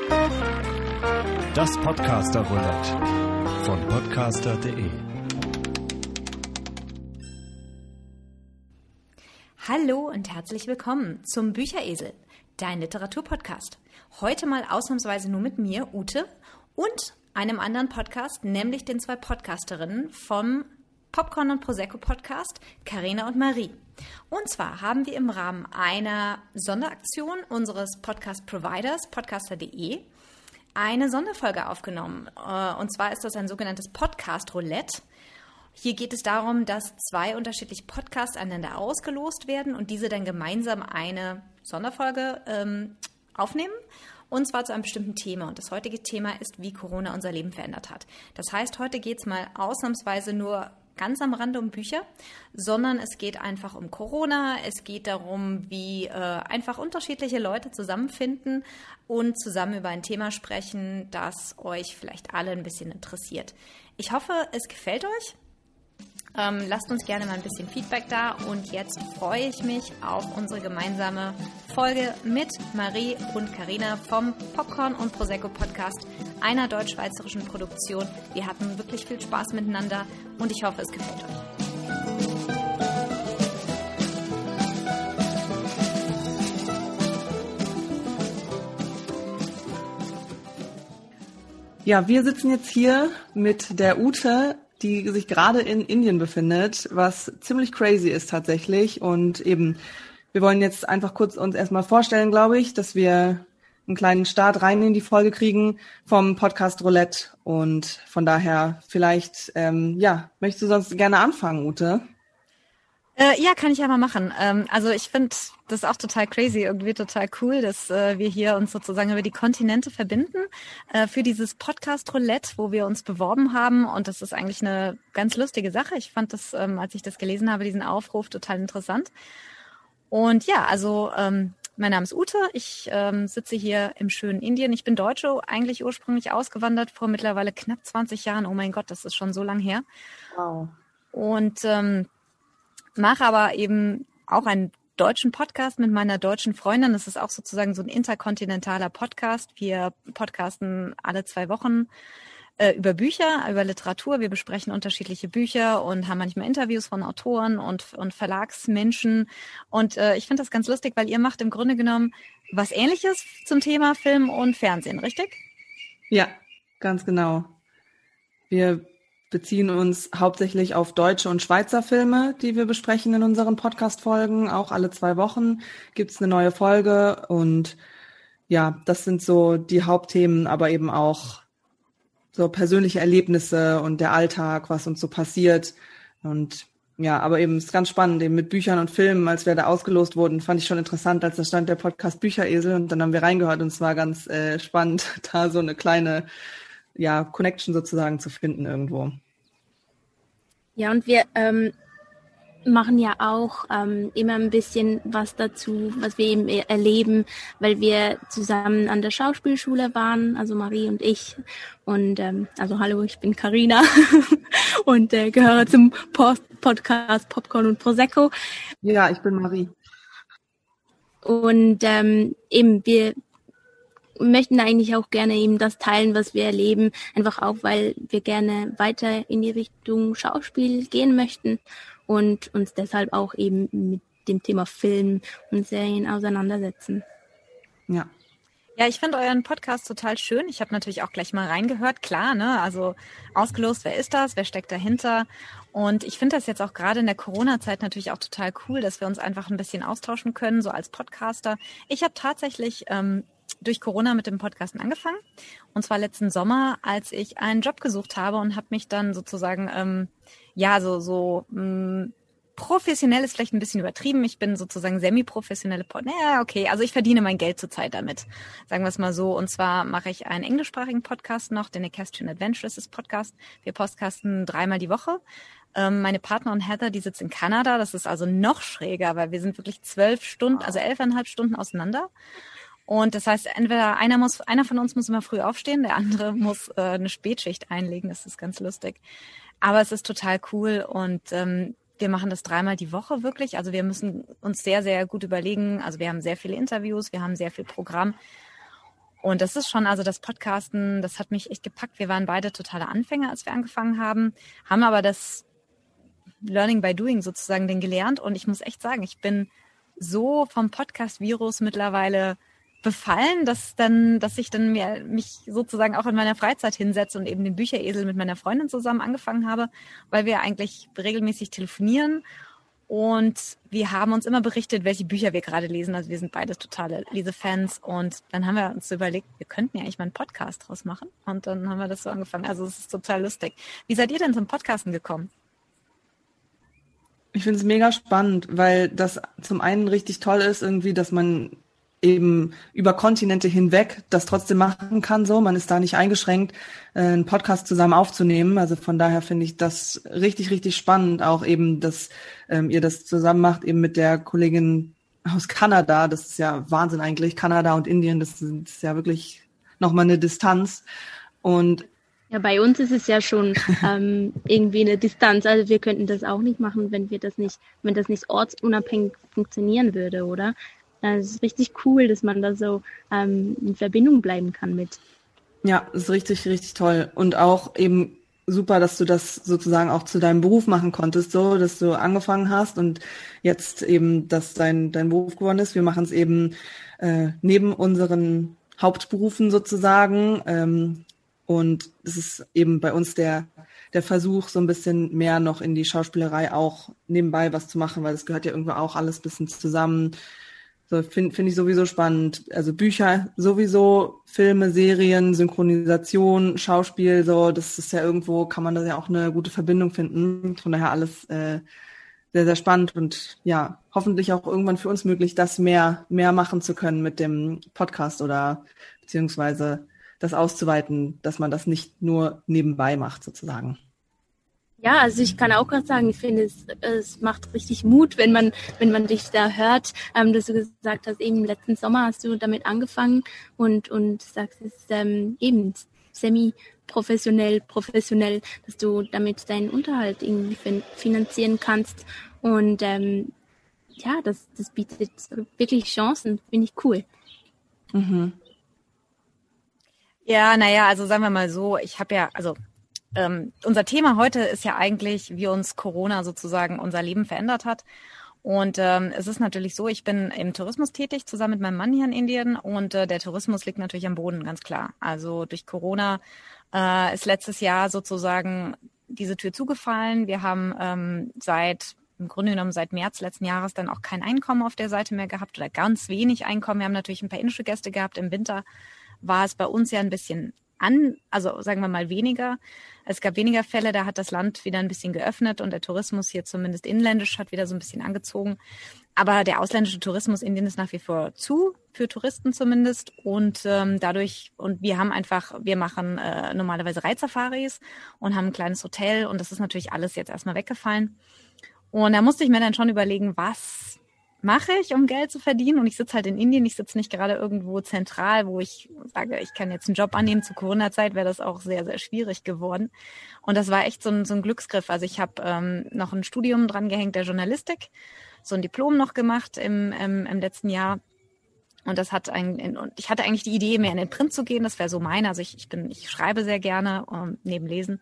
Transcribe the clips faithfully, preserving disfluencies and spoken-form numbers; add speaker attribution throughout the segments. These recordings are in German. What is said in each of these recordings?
Speaker 1: Das Podcaster-Roulette von podcaster punkt de.
Speaker 2: Hallo und herzlich willkommen zum Bücheresel, dein Literaturpodcast. Heute mal ausnahmsweise nur mit mir, Ute, und einem anderen Podcast, nämlich den zwei Podcasterinnen vom Popcorn und Prosecco Podcast, Carina und Marie. Und zwar haben wir im Rahmen einer Sonderaktion unseres Podcast-Providers, podcaster punkt de, eine Sonderfolge aufgenommen. Und zwar ist das ein sogenanntes Podcast-Roulette. Hier geht es darum, dass zwei unterschiedliche Podcasts einander ausgelost werden und diese dann gemeinsam eine Sonderfolge ähm, aufnehmen. Und zwar zu einem bestimmten Thema. Und das heutige Thema ist, wie Corona unser Leben verändert hat. Das heißt, heute geht es mal ausnahmsweise nur ganz am Rande um Bücher, sondern es geht einfach um Corona. Es geht darum, wie äh, einfach unterschiedliche Leute zusammenfinden und zusammen über ein Thema sprechen, das euch vielleicht alle ein bisschen interessiert. Ich hoffe, es gefällt euch. Ähm, lasst uns gerne mal ein bisschen Feedback da und jetzt freue ich mich auf unsere gemeinsame Folge mit Marie und Carina vom Popcorn und Prosecco Podcast, einer deutsch-schweizerischen Produktion. Wir hatten wirklich viel Spaß miteinander und ich hoffe, es gefällt euch.
Speaker 3: Ja, wir sitzen jetzt hier mit der Ute, die sich gerade in Indien befindet, was ziemlich crazy ist tatsächlich. Und eben, wir wollen jetzt einfach kurz uns erstmal vorstellen, glaube ich, dass wir einen kleinen Start rein in die Folge kriegen vom Podcast Roulette. Und von daher vielleicht, ähm, ja, möchtest du sonst gerne anfangen, Ute?
Speaker 2: Äh, ja, kann ich ja mal machen. Ähm, also ich finde das auch total crazy, irgendwie total cool, dass äh, wir hier uns sozusagen über die Kontinente verbinden äh, für dieses Podcast Roulette, wo wir uns beworben haben. Und das ist eigentlich eine ganz lustige Sache. Ich fand das, ähm, als ich das gelesen habe, diesen Aufruf total interessant. Und ja, also ähm, mein Name ist Ute. Ich ähm, sitze hier im schönen Indien. Ich bin Deutsche, eigentlich ursprünglich ausgewandert vor mittlerweile knapp zwanzig Jahren. Oh mein Gott, das ist schon so lang her.
Speaker 3: Wow.
Speaker 2: Und ähm, mache aber eben auch einen deutschen Podcast mit meiner deutschen Freundin. Das ist auch sozusagen so ein interkontinentaler Podcast. Wir podcasten alle zwei Wochen äh, über Bücher, über Literatur. Wir besprechen unterschiedliche Bücher und haben manchmal Interviews von Autoren und, und Verlagsmenschen. Und äh, ich finde das ganz lustig, weil ihr macht im Grunde genommen was Ähnliches zum Thema Film und Fernsehen, richtig?
Speaker 3: Ja, ganz genau. Wir beziehen uns hauptsächlich auf deutsche und Schweizer Filme, die wir besprechen in unseren Podcast-Folgen. Auch alle zwei Wochen gibt's eine neue Folge. Und ja, das sind so die Hauptthemen, aber eben auch so persönliche Erlebnisse und der Alltag, was uns so passiert. Und ja, aber eben ist ganz spannend, eben mit Büchern und Filmen, als wir da ausgelost wurden, fand ich schon interessant, als da stand der Podcast Bücheresel und dann haben wir reingehört und es war ganz äh, spannend, da so eine kleine ja, Connection sozusagen zu finden irgendwo.
Speaker 4: Ja, und wir ähm, machen ja auch ähm, immer ein bisschen was dazu, was wir eben erleben, weil wir zusammen an der Schauspielschule waren, also Marie und ich. Und ähm, also hallo, ich bin Carina und äh, gehöre zum Post- Podcast Popcorn und Prosecco.
Speaker 3: Ja, ich bin Marie.
Speaker 4: Und ähm, eben wir möchten eigentlich auch gerne eben das teilen, was wir erleben, einfach auch, weil wir gerne weiter in die Richtung Schauspiel gehen möchten und uns deshalb auch eben mit dem Thema Film und Serien auseinandersetzen.
Speaker 3: Ja.
Speaker 2: Ja, ich finde euren Podcast total schön. Ich habe natürlich auch gleich mal reingehört. Klar, ne? Also ausgelost, wer ist das? Wer steckt dahinter? Und ich finde das jetzt auch gerade in der Corona-Zeit natürlich auch total cool, dass wir uns einfach ein bisschen austauschen können, so als Podcaster. Ich habe tatsächlich ähm, durch Corona mit dem Podcasten angefangen. Und zwar letzten Sommer, als ich einen Job gesucht habe und habe mich dann sozusagen, ähm, ja, so, so mh, professionell ist vielleicht ein bisschen übertrieben. Ich bin sozusagen semi-professionelle Pod. Naja, okay, also ich verdiene mein Geld zurzeit damit. Sagen wir es mal so. Und zwar mache ich einen englischsprachigen Podcast noch, den Equestrian Adventures Podcast. Wir podcasten dreimal die Woche. Ähm, meine Partnerin Heather, die sitzt in Kanada. Das ist also noch schräger, weil wir sind wirklich zwölf Stunden, also elfeinhalb Stunden auseinander. Und das heißt, entweder einer muss, einer von uns muss immer früh aufstehen, der andere muss äh, eine Spätschicht einlegen. Das ist ganz lustig. Aber es ist total cool und ähm, wir machen das dreimal die Woche wirklich. Also wir müssen uns sehr, sehr gut überlegen. Also wir haben sehr viele Interviews, wir haben sehr viel Programm. Und das ist schon, also das Podcasten, das hat mich echt gepackt. Wir waren beide totale Anfänger, als wir angefangen haben, haben aber das Learning by Doing sozusagen den gelernt. Und ich muss echt sagen, ich bin so vom Podcast-Virus mittlerweile befallen, dass dann, dass ich dann mir, mich sozusagen auch in meiner Freizeit hinsetze und eben den Bücheresel mit meiner Freundin zusammen angefangen habe, weil wir eigentlich regelmäßig telefonieren. Und wir haben uns immer berichtet, welche Bücher wir gerade lesen. Also wir sind beide totale Lesefans. Und dann haben wir uns so überlegt, wir könnten ja eigentlich mal einen Podcast draus machen. Und dann haben wir das so angefangen. Also es ist total lustig. Wie seid ihr denn zum Podcasten gekommen?
Speaker 3: Ich finde es mega spannend, weil das zum einen richtig toll ist, irgendwie, dass man eben über Kontinente hinweg das trotzdem machen kann. So, man ist da nicht eingeschränkt, einen Podcast zusammen aufzunehmen. Also von daher finde ich das richtig, richtig spannend. Auch eben, dass ähm, ihr das zusammen macht, eben mit der Kollegin aus Kanada. Das ist ja Wahnsinn eigentlich. Kanada und Indien, das ist ja wirklich nochmal eine Distanz. Und
Speaker 4: ja, bei uns ist es ja schon ähm, irgendwie eine Distanz. Also wir könnten das auch nicht machen, wenn wir das nicht, wenn das nicht ortsunabhängig funktionieren würde, oder? Es ist richtig cool, dass man da so ähm, in Verbindung bleiben kann mit.
Speaker 3: Ja, das ist richtig, richtig toll. Und auch eben super, dass du das sozusagen auch zu deinem Beruf machen konntest, so, dass du angefangen hast und jetzt eben, dass dein, dein Beruf geworden ist. Wir machen es eben äh, neben unseren Hauptberufen sozusagen. Ähm, und es ist eben bei uns der, der Versuch, so ein bisschen mehr noch in die Schauspielerei auch nebenbei was zu machen, weil das gehört ja irgendwo auch alles ein bisschen zusammen. So, finde find ich sowieso spannend. Also Bücher sowieso, Filme, Serien, Synchronisation, Schauspiel, so, das ist ja irgendwo, kann man da ja auch eine gute Verbindung finden. Von daher alles äh, sehr, sehr spannend und ja, hoffentlich auch irgendwann für uns möglich, das mehr, mehr machen zu können mit dem Podcast oder beziehungsweise das auszuweiten, dass man das nicht nur nebenbei macht, sozusagen.
Speaker 4: Ja, also ich kann auch gerade sagen, ich finde, es, es macht richtig Mut, wenn man, wenn man dich da hört, ähm, dass du gesagt hast, eben letzten Sommer hast du damit angefangen und, und sagst es ähm, eben semi-professionell, professionell, dass du damit deinen Unterhalt irgendwie fin- finanzieren kannst. Und ähm, ja, das, das bietet wirklich Chancen, finde ich cool.
Speaker 3: Mhm.
Speaker 2: Ja, naja, also sagen wir mal so, ich habe ja, also Ähm, unser Thema heute ist ja eigentlich, wie uns Corona sozusagen unser Leben verändert hat. Und ähm, es ist natürlich so, ich bin im Tourismus tätig, zusammen mit meinem Mann hier in Indien. Und äh, der Tourismus liegt natürlich am Boden, ganz klar. Also durch Corona äh, ist letztes Jahr sozusagen diese Tür zugefallen. Wir haben ähm, seit, im Grunde genommen seit März letzten Jahres dann auch kein Einkommen auf der Seite mehr gehabt oder ganz wenig Einkommen. Wir haben natürlich ein paar indische Gäste gehabt. Im Winter war es bei uns ja ein bisschen an, also sagen wir mal weniger. Es gab weniger Fälle, da hat das Land wieder ein bisschen geöffnet und der Tourismus hier zumindest inländisch hat wieder so ein bisschen angezogen. Aber der ausländische Tourismus Indien ist nach wie vor zu, für Touristen zumindest. Und ähm, dadurch, und wir haben einfach, wir machen äh, normalerweise Reitsafaris und haben ein kleines Hotel und das ist natürlich alles jetzt erstmal weggefallen. Und da musste ich mir dann schon überlegen, was mache ich, um Geld zu verdienen? Und ich sitze halt in Indien, ich sitze nicht gerade irgendwo zentral, wo ich sage, ich kann jetzt einen Job annehmen. Zu Corona-Zeit wäre das auch sehr, sehr schwierig geworden. Und das war echt so ein, so ein Glücksgriff. Also ich habe ähm, noch ein Studium dran gehängt der Journalistik, so ein Diplom noch gemacht im, im, im letzten Jahr. Und das hat ein, und ich hatte eigentlich die Idee, mehr in den Print zu gehen. Das wäre so meine. Also ich, ich bin, ich schreibe sehr gerne um, neben Lesen.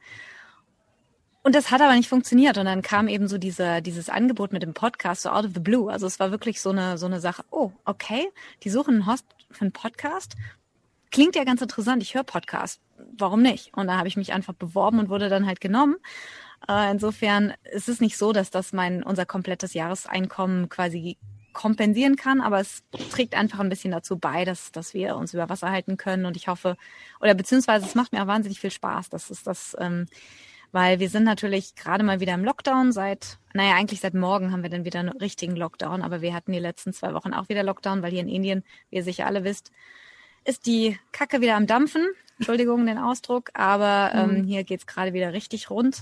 Speaker 2: Und das hat aber nicht funktioniert. Und dann kam eben so diese, dieses Angebot mit dem Podcast, so out of the blue. Also es war wirklich so eine, so eine Sache, oh, okay, die suchen einen Host für einen Podcast. Klingt ja ganz interessant, ich höre Podcast. Warum nicht? Und da habe ich mich einfach beworben und wurde dann halt genommen. Äh, insofern ist es nicht so, dass das mein, unser komplettes Jahreseinkommen quasi kompensieren kann, aber es trägt einfach ein bisschen dazu bei, dass, dass wir uns über Wasser halten können. Und ich hoffe, oder beziehungsweise es macht mir auch wahnsinnig viel Spaß. Das ist das, ähm, weil wir sind natürlich gerade mal wieder im Lockdown seit, naja, eigentlich seit morgen haben wir dann wieder einen richtigen Lockdown, aber wir hatten die letzten zwei Wochen auch wieder Lockdown, weil hier in Indien, wie ihr sicher alle wisst, ist die Kacke wieder am Dampfen. Entschuldigung den Ausdruck, aber ähm, hier geht's gerade wieder richtig rund.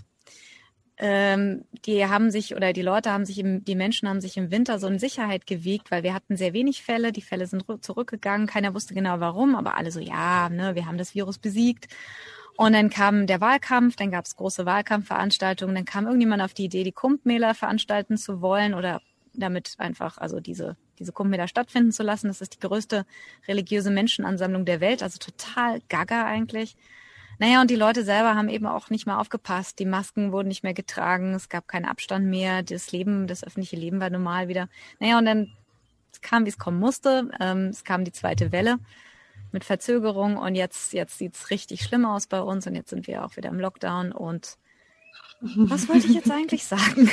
Speaker 2: Ähm, die haben sich, oder die Leute haben sich, im, die Menschen haben sich im Winter so in Sicherheit gewiegt, weil wir hatten sehr wenig Fälle, die Fälle sind zurückgegangen, keiner wusste genau warum, aber alle so, ja, ne, wir haben das Virus besiegt. Und dann kam der Wahlkampf, dann gab es große Wahlkampfveranstaltungen, dann kam irgendjemand auf die Idee, die Kumbh-Mela veranstalten zu wollen oder damit einfach, also diese, diese Kumbh Mela stattfinden zu lassen. Das ist die größte religiöse Menschenansammlung der Welt, also total gaga eigentlich. Naja, und die Leute selber haben eben auch nicht mehr aufgepasst. Die Masken wurden nicht mehr getragen, es gab keinen Abstand mehr, das Leben, das öffentliche Leben war normal wieder. Naja, und dann es kam, wie es kommen musste. Ähm, es kam die zweite Welle mit Verzögerung und jetzt, jetzt sieht's richtig schlimm aus bei uns und jetzt sind wir auch wieder im Lockdown. Und was wollte ich jetzt eigentlich sagen?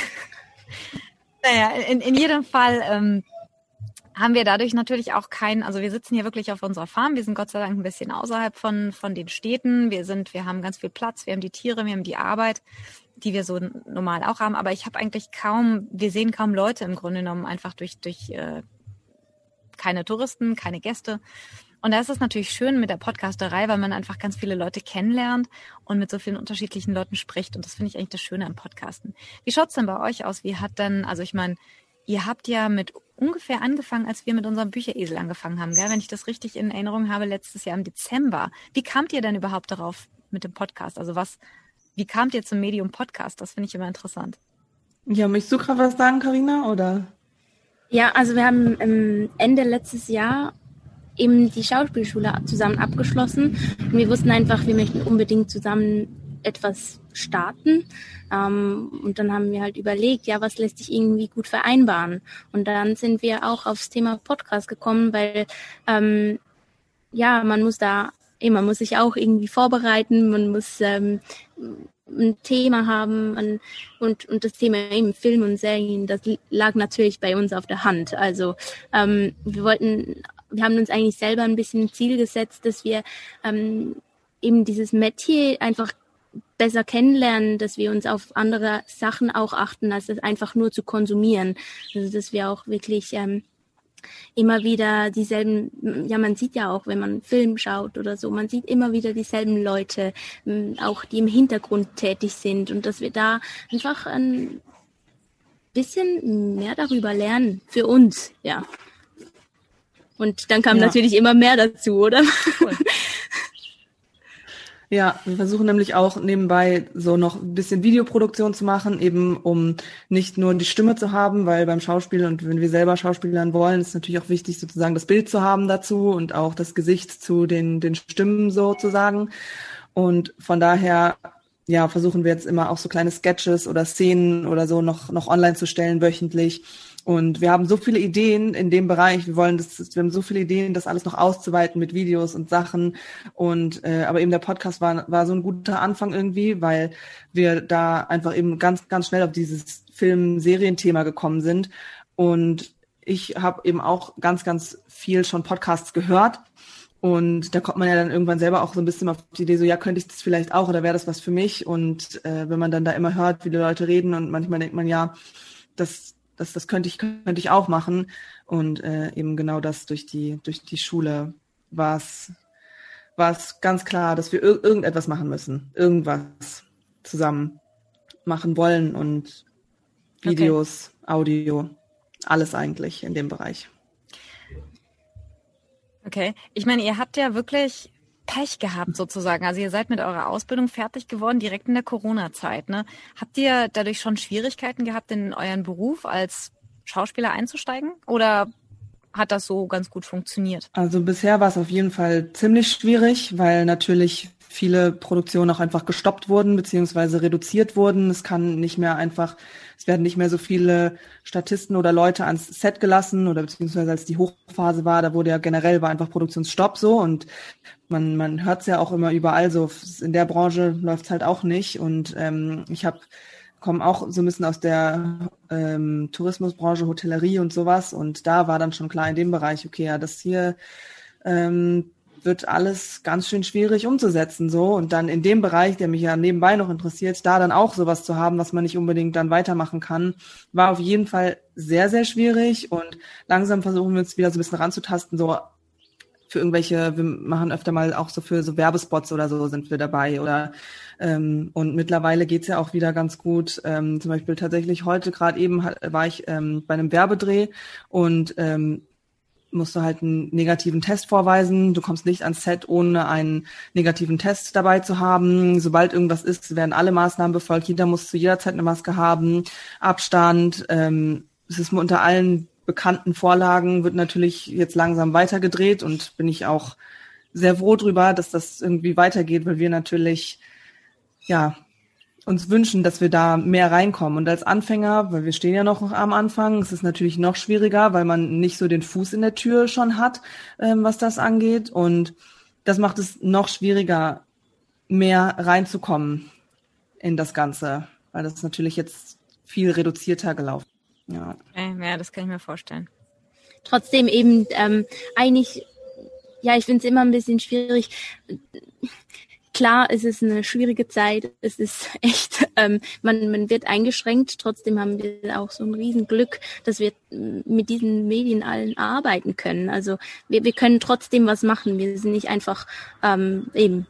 Speaker 2: Naja, in, in jedem Fall ähm, haben wir dadurch natürlich auch keinen, also wir sitzen hier wirklich auf unserer Farm, wir sind Gott sei Dank ein bisschen außerhalb von von den Städten, wir sind, wir haben ganz viel Platz, wir haben die Tiere, wir haben die Arbeit, die wir so normal auch haben, aber ich habe eigentlich kaum, wir sehen kaum Leute im Grunde genommen, einfach durch durch äh, keine Touristen, keine Gäste. Und da ist es natürlich schön mit der Podcasterei, weil man einfach ganz viele Leute kennenlernt und mit so vielen unterschiedlichen Leuten spricht. Und das finde ich eigentlich das Schöne am Podcasten. Wie schaut's denn bei euch aus? Wie hat denn, also ich meine, ihr habt ja mit ungefähr angefangen, als wir mit unserem Bücheresel angefangen haben, gell? Wenn ich das richtig in Erinnerung habe, letztes Jahr im Dezember. Wie kamt ihr denn überhaupt darauf mit dem Podcast? Also was, wie kamt ihr zum Medium Podcast? Das finde ich immer interessant.
Speaker 3: Ja, möchtest du gerade was sagen, Carina, oder?
Speaker 4: Ja, also wir haben ähm, Ende letztes Jahr eben die Schauspielschule zusammen abgeschlossen. Und wir wussten einfach, wir möchten unbedingt zusammen etwas starten. Ähm, und dann haben wir halt überlegt, ja, was lässt sich irgendwie gut vereinbaren? Und dann sind wir auch aufs Thema Podcast gekommen, weil ähm, ja, man muss da, eh, man muss sich auch irgendwie vorbereiten, man muss ähm, ein Thema haben und, und, und das Thema eben Film und Serien, das lag natürlich bei uns auf der Hand. Also ähm, wir wollten, wir haben uns eigentlich selber ein bisschen ein Ziel gesetzt, dass wir ähm, eben dieses Metier einfach besser kennenlernen, dass wir uns auf andere Sachen auch achten, als das einfach nur zu konsumieren. Also dass wir auch wirklich ähm, immer wieder dieselben, ja, man sieht ja auch, wenn man Film schaut oder so, man sieht immer wieder dieselben Leute, auch die im Hintergrund tätig sind und dass wir da einfach ein bisschen mehr darüber lernen, für uns, ja. Und dann kam ja natürlich immer mehr dazu, oder? Cool.
Speaker 3: Ja, wir versuchen nämlich auch nebenbei so noch ein bisschen Videoproduktion zu machen, eben um nicht nur die Stimme zu haben, weil beim Schauspiel und wenn wir selber Schauspielern wollen, ist natürlich auch wichtig, sozusagen das Bild zu haben dazu und auch das Gesicht zu den den Stimmen sozusagen. Und von daher, ja, versuchen wir jetzt immer auch so kleine Sketches oder Szenen oder so noch noch online zu stellen wöchentlich. Und wir haben so viele Ideen in dem Bereich. Wir wollen das, wir haben so viele Ideen, das alles noch auszuweiten mit Videos und Sachen. Und äh, aber eben der Podcast war war so ein guter Anfang irgendwie, weil wir da einfach eben ganz ganz schnell auf dieses Film-Serien-Thema gekommen sind. Und ich habe eben auch ganz ganz viel schon Podcasts gehört. Und da kommt man ja dann irgendwann selber auch so ein bisschen auf die Idee, so ja, könnte ich das vielleicht auch oder wäre das was für mich? Und äh, wenn man dann da immer hört, wie die Leute reden und manchmal denkt man ja, das Das, das könnte ich, könnte ich auch machen. Und äh, eben genau das durch die, durch die Schule war es, war es ganz klar, dass wir ir- irgendetwas machen müssen. Irgendwas zusammen machen wollen und Videos, okay. Audio, alles eigentlich in dem Bereich.
Speaker 2: Okay. Ich meine, ihr habt ja wirklich Pech gehabt sozusagen. Also ihr seid mit eurer Ausbildung fertig geworden, direkt in der Corona-Zeit, ne? Habt ihr dadurch schon Schwierigkeiten gehabt, in euren Beruf als Schauspieler einzusteigen? Oder hat das so ganz gut funktioniert?
Speaker 3: Also bisher war es auf jeden Fall ziemlich schwierig, weil natürlich viele Produktionen auch einfach gestoppt wurden beziehungsweise reduziert wurden. Es kann nicht mehr einfach, es werden nicht mehr so viele Statisten oder Leute ans Set gelassen oder beziehungsweise als die Hochphase war, da wurde ja generell war einfach Produktionsstopp so und man man hört es ja auch immer überall so. In der Branche läuft es halt auch nicht und ähm, ich habe komme auch so ein bisschen aus der ähm, Tourismusbranche, Hotellerie und sowas und da war dann schon klar in dem Bereich, okay, ja, das hier ähm, wird alles ganz schön schwierig umzusetzen so und dann in dem Bereich, der mich ja nebenbei noch interessiert, da dann auch sowas zu haben, was man nicht unbedingt dann weitermachen kann, war auf jeden Fall sehr, sehr schwierig und langsam versuchen wir uns wieder so ein bisschen ranzutasten, so für irgendwelche, wir machen öfter mal auch so für so Werbespots oder so sind wir dabei oder ähm, und mittlerweile geht's ja auch wieder ganz gut. Ähm, zum Beispiel tatsächlich heute gerade eben hat, war ich ähm, bei einem Werbedreh und ähm, musst du halt einen negativen Test vorweisen. Du kommst nicht ans Set, ohne einen negativen Test dabei zu haben. Sobald irgendwas ist, werden alle Maßnahmen befolgt. Jeder muss zu jeder Zeit eine Maske haben, Abstand, ähm, es ist unter allen bekannten Vorlagen, wird natürlich jetzt langsam weitergedreht und bin ich auch sehr froh drüber, dass das irgendwie weitergeht, weil wir natürlich, ja, uns wünschen, dass wir da mehr reinkommen. Und als Anfänger, weil wir stehen ja noch am Anfang, ist es natürlich noch schwieriger, weil man nicht so den Fuß in der Tür schon hat, ähm, was das angeht. Und das macht es noch schwieriger, mehr reinzukommen in das Ganze, weil das natürlich jetzt viel reduzierter gelaufen ist. Ja.
Speaker 2: ja, das kann ich mir vorstellen.
Speaker 4: Trotzdem eben ähm, eigentlich, ja, ich finde es immer ein bisschen schwierig. Klar, es ist eine schwierige Zeit. Es ist echt, ähm, man, man wird eingeschränkt. Trotzdem haben wir auch so ein Riesenglück, dass wir mit diesen Medien allen arbeiten können. Also wir, wir können trotzdem was machen. Wir sind nicht einfach ähm, eben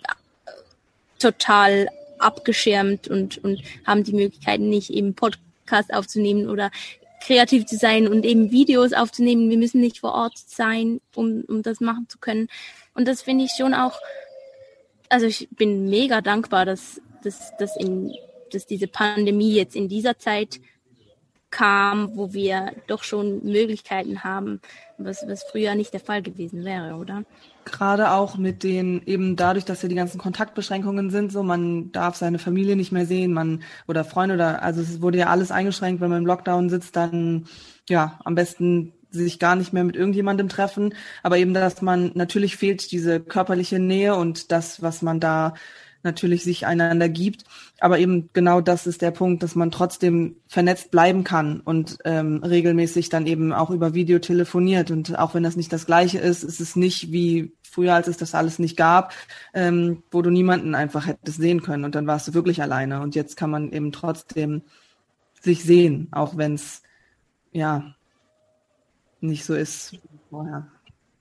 Speaker 4: total abgeschirmt und, und haben die Möglichkeit, nicht eben Podcast aufzunehmen oder kreativ zu sein und eben Videos aufzunehmen. Wir müssen nicht vor Ort sein, um, um das machen zu können. Und das finde ich schon auch, also ich bin mega dankbar, dass, dass, dass, in, dass diese Pandemie jetzt in dieser Zeit kam, wo wir doch schon Möglichkeiten haben, was, was früher nicht der Fall gewesen wäre, oder?
Speaker 3: Gerade auch mit den, eben dadurch, dass ja die ganzen Kontaktbeschränkungen sind, so man darf seine Familie nicht mehr sehen, man oder Freunde oder, also es wurde ja alles eingeschränkt, wenn man im Lockdown sitzt, dann ja, am besten sich gar nicht mehr mit irgendjemandem treffen, aber eben, dass man, natürlich fehlt diese körperliche Nähe und das, was man da natürlich sich einander gibt, aber eben genau das ist der Punkt, dass man trotzdem vernetzt bleiben kann und ähm, regelmäßig dann eben auch über Video telefoniert und auch wenn das nicht das Gleiche ist, ist es nicht wie früher, als es das alles nicht gab, ähm, wo du niemanden einfach hättest sehen können und dann warst du wirklich alleine und jetzt kann man eben trotzdem sich sehen, auch wenn es ja nicht so ist wie vorher.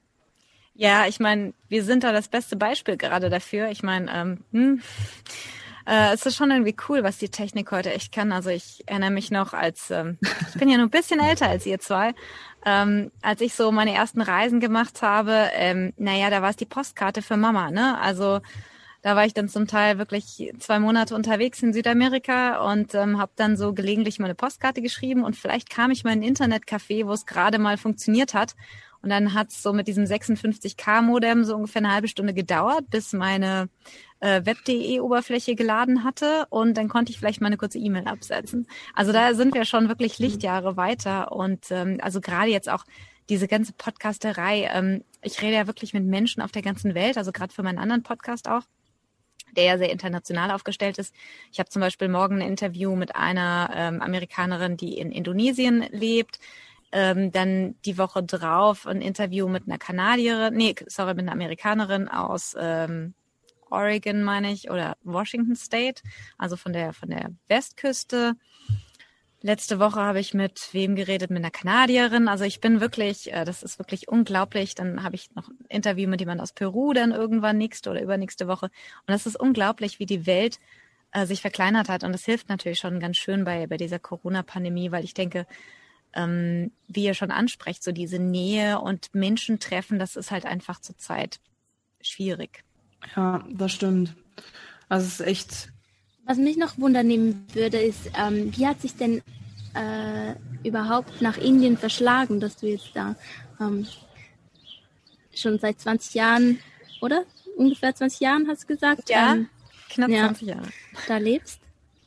Speaker 2: Ja, ich meine, wir sind da das beste Beispiel gerade dafür. Ich meine, ähm, hm, äh, es ist schon irgendwie cool, was die Technik heute echt kann. Also ich erinnere mich noch als, ähm, ich bin ja nur ein bisschen älter als ihr zwei, ähm, als ich so meine ersten Reisen gemacht habe, ähm, naja, da war es die Postkarte für Mama, ne? Also da war ich dann zum Teil wirklich zwei Monate unterwegs in Südamerika und ähm, habe dann so gelegentlich mal eine Postkarte geschrieben und vielleicht kam ich mal in ein Internetcafé, wo es gerade mal funktioniert hat. Und dann hat es so mit diesem sechsundfünfzig K Modem so ungefähr eine halbe Stunde gedauert, bis meine äh, Web.de Oberfläche geladen hatte und dann konnte ich vielleicht mal eine kurze E-Mail absetzen. Also da sind wir schon wirklich Lichtjahre weiter und ähm, also gerade jetzt auch diese ganze Podcasterei. Ähm, ich rede ja wirklich mit Menschen auf der ganzen Welt, also gerade für meinen anderen Podcast auch, der ja sehr international aufgestellt ist. Ich habe zum Beispiel morgen ein Interview mit einer ähm, Amerikanerin, die in Indonesien lebt. Ähm, dann die Woche drauf ein Interview mit einer Kanadierin, nee, sorry, mit einer Amerikanerin aus ähm, Oregon, meine ich, oder Washington State, also von der von der Westküste. Letzte Woche habe ich mit wem geredet? Mit einer Kanadierin. Also ich bin wirklich, äh, das ist wirklich unglaublich. Dann habe ich noch ein Interview mit jemandem aus Peru dann irgendwann nächste oder übernächste Woche. Und das ist unglaublich, wie die Welt äh, sich verkleinert hat. Und das hilft natürlich schon ganz schön bei bei dieser Corona-Pandemie, weil ich denke, Ähm, wie ihr schon ansprecht, so diese Nähe und Menschen treffen, das ist halt einfach zurzeit schwierig.
Speaker 3: Ja, das stimmt. Also es ist echt.
Speaker 4: Was mich noch wundernehmen würde, ist, ähm, wie hat sich denn äh, überhaupt nach Indien verschlagen, dass du jetzt da ähm, schon seit zwanzig Jahren, oder? Ungefähr zwanzig Jahren, hast du gesagt?
Speaker 2: Ja,
Speaker 4: ähm,
Speaker 2: knapp
Speaker 4: ja,
Speaker 2: zwanzig Jahre.
Speaker 4: Da lebst?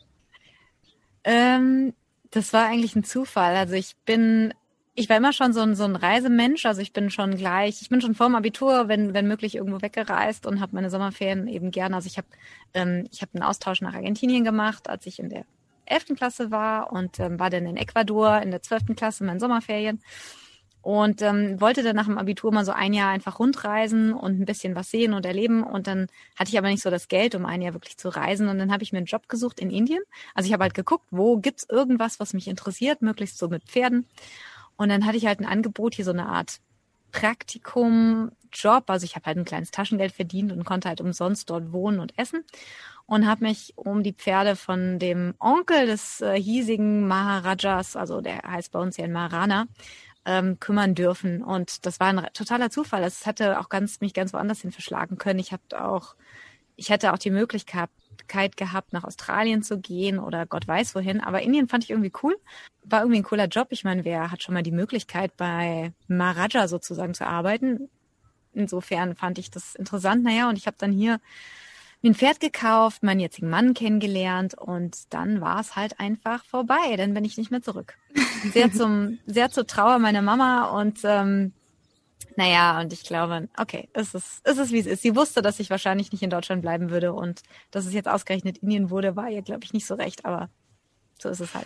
Speaker 2: Ähm, das war eigentlich ein Zufall. Also ich bin, ich war immer schon so ein, so ein Reisemensch. Also ich bin schon gleich, ich bin schon vor dem Abitur, wenn, wenn möglich, irgendwo weggereist und habe meine Sommerferien eben gerne. Also ich habe, ähm, ich habe einen Austausch nach Argentinien gemacht, als ich in der elften Klasse war und ähm, war dann in Ecuador in der zwölften Klasse in meinen Sommerferien. Und ähm, wollte dann nach dem Abitur mal so ein Jahr einfach rundreisen und ein bisschen was sehen und erleben. Und dann hatte ich aber nicht so das Geld, um ein Jahr wirklich zu reisen. Und dann habe ich mir einen Job gesucht in Indien. Also ich habe halt geguckt, wo gibt's irgendwas, was mich interessiert, möglichst so mit Pferden. Und dann hatte ich halt ein Angebot, hier so eine Art Praktikum, Job. Also ich habe halt ein kleines Taschengeld verdient und konnte halt umsonst dort wohnen und essen. Und habe mich um die Pferde von dem Onkel des äh, hiesigen Maharajas, also der heißt bei uns ja in Maharana, Ähm, kümmern dürfen. Und das war ein totaler Zufall. Es hatte auch ganz mich ganz woanders hin verschlagen können. Ich habe auch ich hätte auch die Möglichkeit gehabt, nach Australien zu gehen oder Gott weiß wohin. Aber Indien fand ich irgendwie cool. War irgendwie ein cooler Job. Ich meine, wer hat schon mal die Möglichkeit, bei Maharaja sozusagen zu arbeiten? Insofern fand ich das interessant. Naja, und ich habe dann hier mir ein Pferd gekauft, meinen jetzigen Mann kennengelernt und dann war es halt einfach vorbei. Dann bin ich nicht mehr zurück. Sehr zum, sehr zur Trauer meiner Mama und ähm, naja, und ich glaube, okay, es ist, es ist wie es ist. Sie wusste, dass ich wahrscheinlich nicht in Deutschland bleiben würde und dass es jetzt ausgerechnet Indien wurde, war ihr, glaube ich, nicht so recht, aber so ist es halt.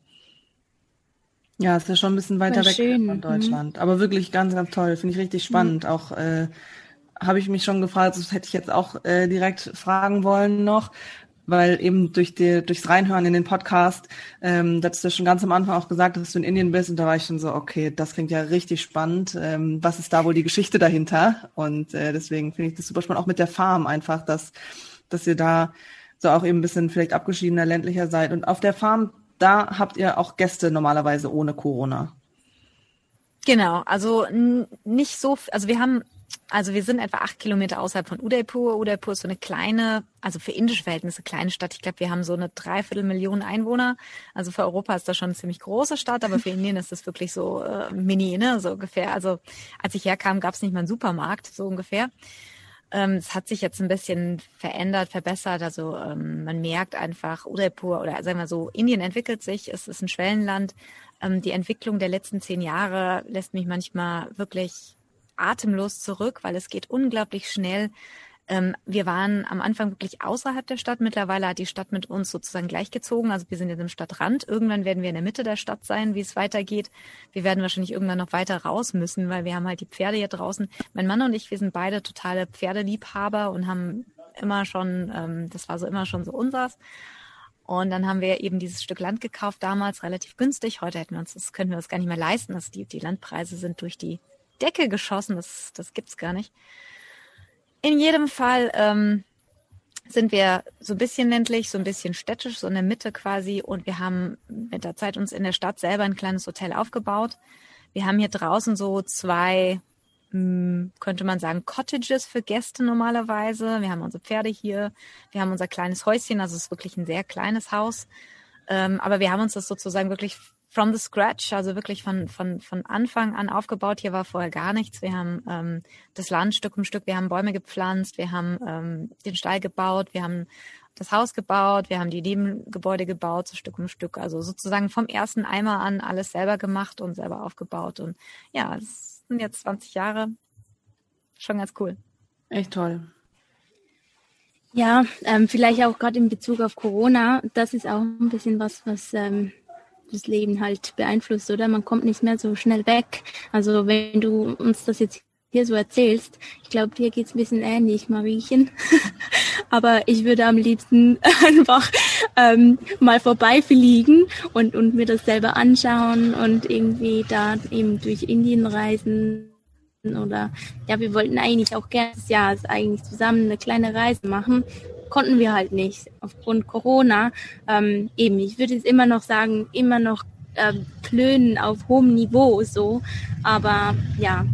Speaker 3: Ja, ist ja schon ein bisschen weiter
Speaker 4: Voll
Speaker 3: weg
Speaker 4: schön.
Speaker 3: von Deutschland. Aber wirklich ganz, ganz toll. Finde ich richtig spannend. Auch äh, habe ich mich schon gefragt, das hätte ich jetzt auch äh, direkt fragen wollen noch, weil eben durch die, durchs Reinhören in den Podcast, ähm, da hast du schon ganz am Anfang auch gesagt, dass du in Indien bist und da war ich schon so, okay, das klingt ja richtig spannend. Ähm, was ist da wohl die Geschichte dahinter? Und äh, deswegen finde ich das super spannend, auch mit der Farm einfach, dass, dass ihr da so auch eben ein bisschen vielleicht abgeschiedener, ländlicher seid. Und auf der Farm, da habt ihr auch Gäste normalerweise ohne Corona.
Speaker 2: Genau, also n- nicht so, f- also wir haben, also wir sind etwa acht Kilometer außerhalb von Udaipur. Udaipur ist so eine kleine, also für indische Verhältnisse kleine Stadt. Ich glaube, wir haben so eine Dreiviertelmillion Einwohner. Also für Europa ist das schon eine ziemlich große Stadt, aber für Indien ist das wirklich so äh, mini, ne, so ungefähr. Also als ich herkam, gab es nicht mal einen Supermarkt, so ungefähr. Ähm, es hat sich jetzt ein bisschen verändert, verbessert. Also ähm, man merkt einfach, Udaipur oder sagen wir so, Indien entwickelt sich. Es ist ein Schwellenland. Ähm, die Entwicklung der letzten zehn Jahre lässt mich manchmal wirklich atemlos zurück, weil es geht unglaublich schnell. Ähm, wir waren am Anfang wirklich außerhalb der Stadt. Mittlerweile hat die Stadt mit uns sozusagen gleichgezogen. Also wir sind jetzt im Stadtrand. Irgendwann werden wir in der Mitte der Stadt sein, wie es weitergeht. Wir werden wahrscheinlich irgendwann noch weiter raus müssen, weil wir haben halt die Pferde hier draußen. Mein Mann und ich, wir sind beide totale Pferdeliebhaber und haben immer schon, ähm, das war so immer schon so unseres. Und dann haben wir eben dieses Stück Land gekauft, damals relativ günstig. Heute hätten wir uns, das können wir uns gar nicht mehr leisten. Also die, die Landpreise sind durch die Decke geschossen. Das, das gibt's gar nicht. In jedem Fall ähm, sind wir so ein bisschen ländlich, so ein bisschen städtisch, so in der Mitte quasi. Und wir haben mit der Zeit uns in der Stadt selber ein kleines Hotel aufgebaut. Wir haben hier draußen so zwei, mh, könnte man sagen, Cottages für Gäste normalerweise. Wir haben unsere Pferde hier. Wir haben unser kleines Häuschen. Also es ist wirklich ein sehr kleines Haus. Ähm, aber wir haben uns das sozusagen wirklich from the scratch, also wirklich von von von Anfang an aufgebaut. Hier war vorher gar nichts. Wir haben ähm, das Land Stück um Stück, wir haben Bäume gepflanzt, wir haben ähm, den Stall gebaut, wir haben das Haus gebaut, wir haben die Nebengebäude gebaut, so Stück um Stück. Also sozusagen vom ersten Eimer an alles selber gemacht und selber aufgebaut. Und ja, es sind jetzt zwanzig Jahre. Schon ganz cool.
Speaker 3: Echt toll.
Speaker 4: Ja, ähm, vielleicht auch gerade in Bezug auf Corona, das ist auch ein bisschen was, was ähm, das Leben halt beeinflusst, oder? Man kommt nicht mehr so schnell weg. Also wenn du uns das jetzt hier so erzählst, ich glaube, dir geht's ein bisschen ähnlich, Mariechen. Aber ich würde am liebsten einfach ähm, mal vorbeifliegen und, und mir das selber anschauen und irgendwie da eben durch Indien reisen. Oder ja, wir wollten eigentlich auch gerne das Jahr eigentlich zusammen eine kleine Reise machen. Konnten wir halt nicht aufgrund Corona. Ähm, eben, ich würde jetzt immer noch sagen, immer noch ähm, klönen auf hohem Niveau so. Aber ja,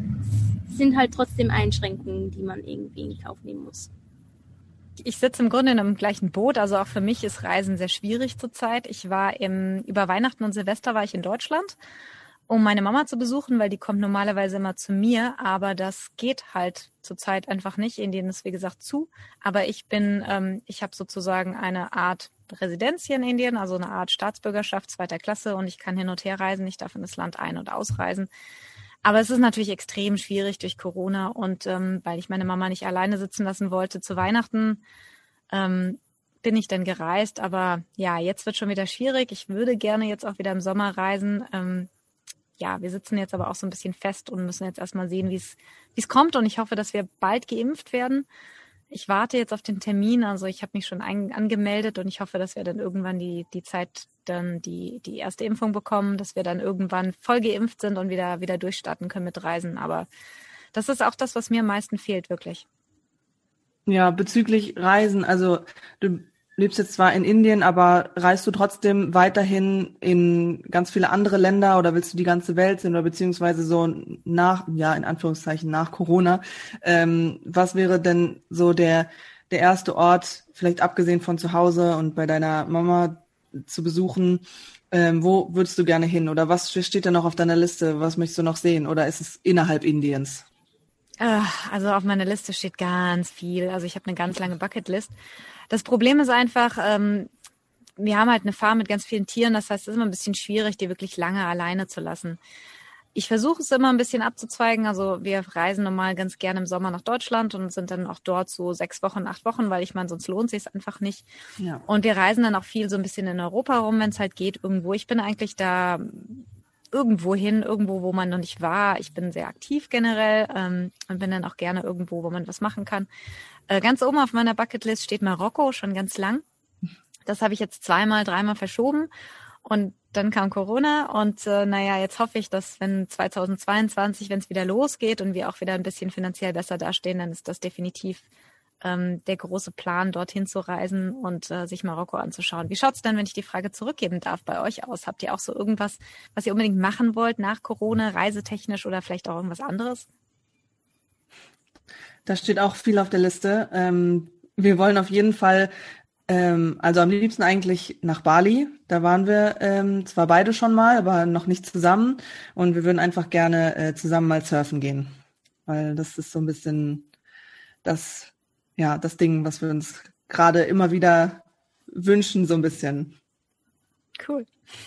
Speaker 4: es sind halt trotzdem Einschränkungen, die man irgendwie in Kauf nehmen muss.
Speaker 2: Ich sitze im Grunde in einem gleichen Boot. Also auch für mich ist Reisen sehr schwierig zurzeit. Ich war im, über Weihnachten und Silvester war ich in Deutschland, um meine Mama zu besuchen, weil die kommt normalerweise immer zu mir, aber das geht halt zurzeit einfach nicht. Indien ist, wie gesagt, zu. Aber ich bin, ähm, ich habe sozusagen eine Art Residenz hier in Indien, also eine Art Staatsbürgerschaft zweiter Klasse und ich kann hin und her reisen. Ich darf in das Land ein- und ausreisen. Aber es ist natürlich extrem schwierig durch Corona und ähm, weil ich meine Mama nicht alleine sitzen lassen wollte zu Weihnachten, ähm, bin ich dann gereist. Aber ja, jetzt wird schon wieder schwierig. Ich würde gerne jetzt auch wieder im Sommer reisen. Ähm, Ja, wir sitzen jetzt aber auch so ein bisschen fest und müssen jetzt erstmal sehen, wie es wie es kommt. Und ich hoffe, dass wir bald geimpft werden. Ich warte jetzt auf den Termin. Also ich habe mich schon ein, angemeldet und ich hoffe, dass wir dann irgendwann die die Zeit dann die die erste Impfung bekommen, dass wir dann irgendwann voll geimpft sind und wieder wieder durchstarten können mit Reisen. Aber das ist auch das, was mir am meisten fehlt, wirklich.
Speaker 3: Ja, bezüglich Reisen, also du lebst jetzt zwar in Indien, aber reist du trotzdem weiterhin in ganz viele andere Länder oder willst du die ganze Welt sehen oder beziehungsweise so nach, ja, in Anführungszeichen nach Corona? Ähm, was wäre denn so der der erste Ort, vielleicht abgesehen von zu Hause und bei deiner Mama zu besuchen? Ähm, wo würdest du gerne hin? Oder was steht da noch auf deiner Liste? Was möchtest du noch sehen? Oder ist es innerhalb Indiens?
Speaker 2: Also auf meiner Liste steht ganz viel. Also ich habe eine ganz lange Bucketlist. Das Problem ist einfach, ähm, wir haben halt eine Farm mit ganz vielen Tieren. Das heißt, es ist immer ein bisschen schwierig, die wirklich lange alleine zu lassen. Ich versuche es immer ein bisschen abzuzweigen. Also wir reisen normal ganz gerne im Sommer nach Deutschland und sind dann auch dort so sechs Wochen, acht Wochen, weil ich meine, sonst lohnt sich es einfach nicht.
Speaker 3: Ja.
Speaker 2: Und wir reisen dann auch viel so ein bisschen in Europa rum, wenn es halt geht, irgendwo. Ich bin eigentlich da irgendwo hin, irgendwo, wo man noch nicht war. Ich bin sehr aktiv generell ähm, und bin dann auch gerne irgendwo, wo man was machen kann. Äh, ganz oben auf meiner Bucketlist steht Marokko, schon ganz lang. Das habe ich jetzt zweimal, dreimal verschoben und dann kam Corona und äh, naja, jetzt hoffe ich, dass wenn zweitausendzweiundzwanzig, wenn es wieder losgeht und wir auch wieder ein bisschen finanziell besser dastehen, dann ist das definitiv ähm, der große Plan, dorthin zu reisen und äh, sich Marokko anzuschauen. Wie schaut's dann, wenn ich die Frage zurückgeben darf, bei euch aus? Habt ihr auch so irgendwas, was ihr unbedingt machen wollt nach Corona, reisetechnisch oder vielleicht auch irgendwas anderes?
Speaker 3: Da steht auch viel auf der Liste. Ähm, wir wollen auf jeden Fall, ähm, also am liebsten eigentlich nach Bali. Da waren wir ähm, zwar beide schon mal, aber noch nicht zusammen. Und wir würden einfach gerne äh, zusammen mal surfen gehen. Weil das ist so ein bisschen das, ja, das Ding, was wir uns gerade immer wieder wünschen, so ein bisschen.
Speaker 2: Cool.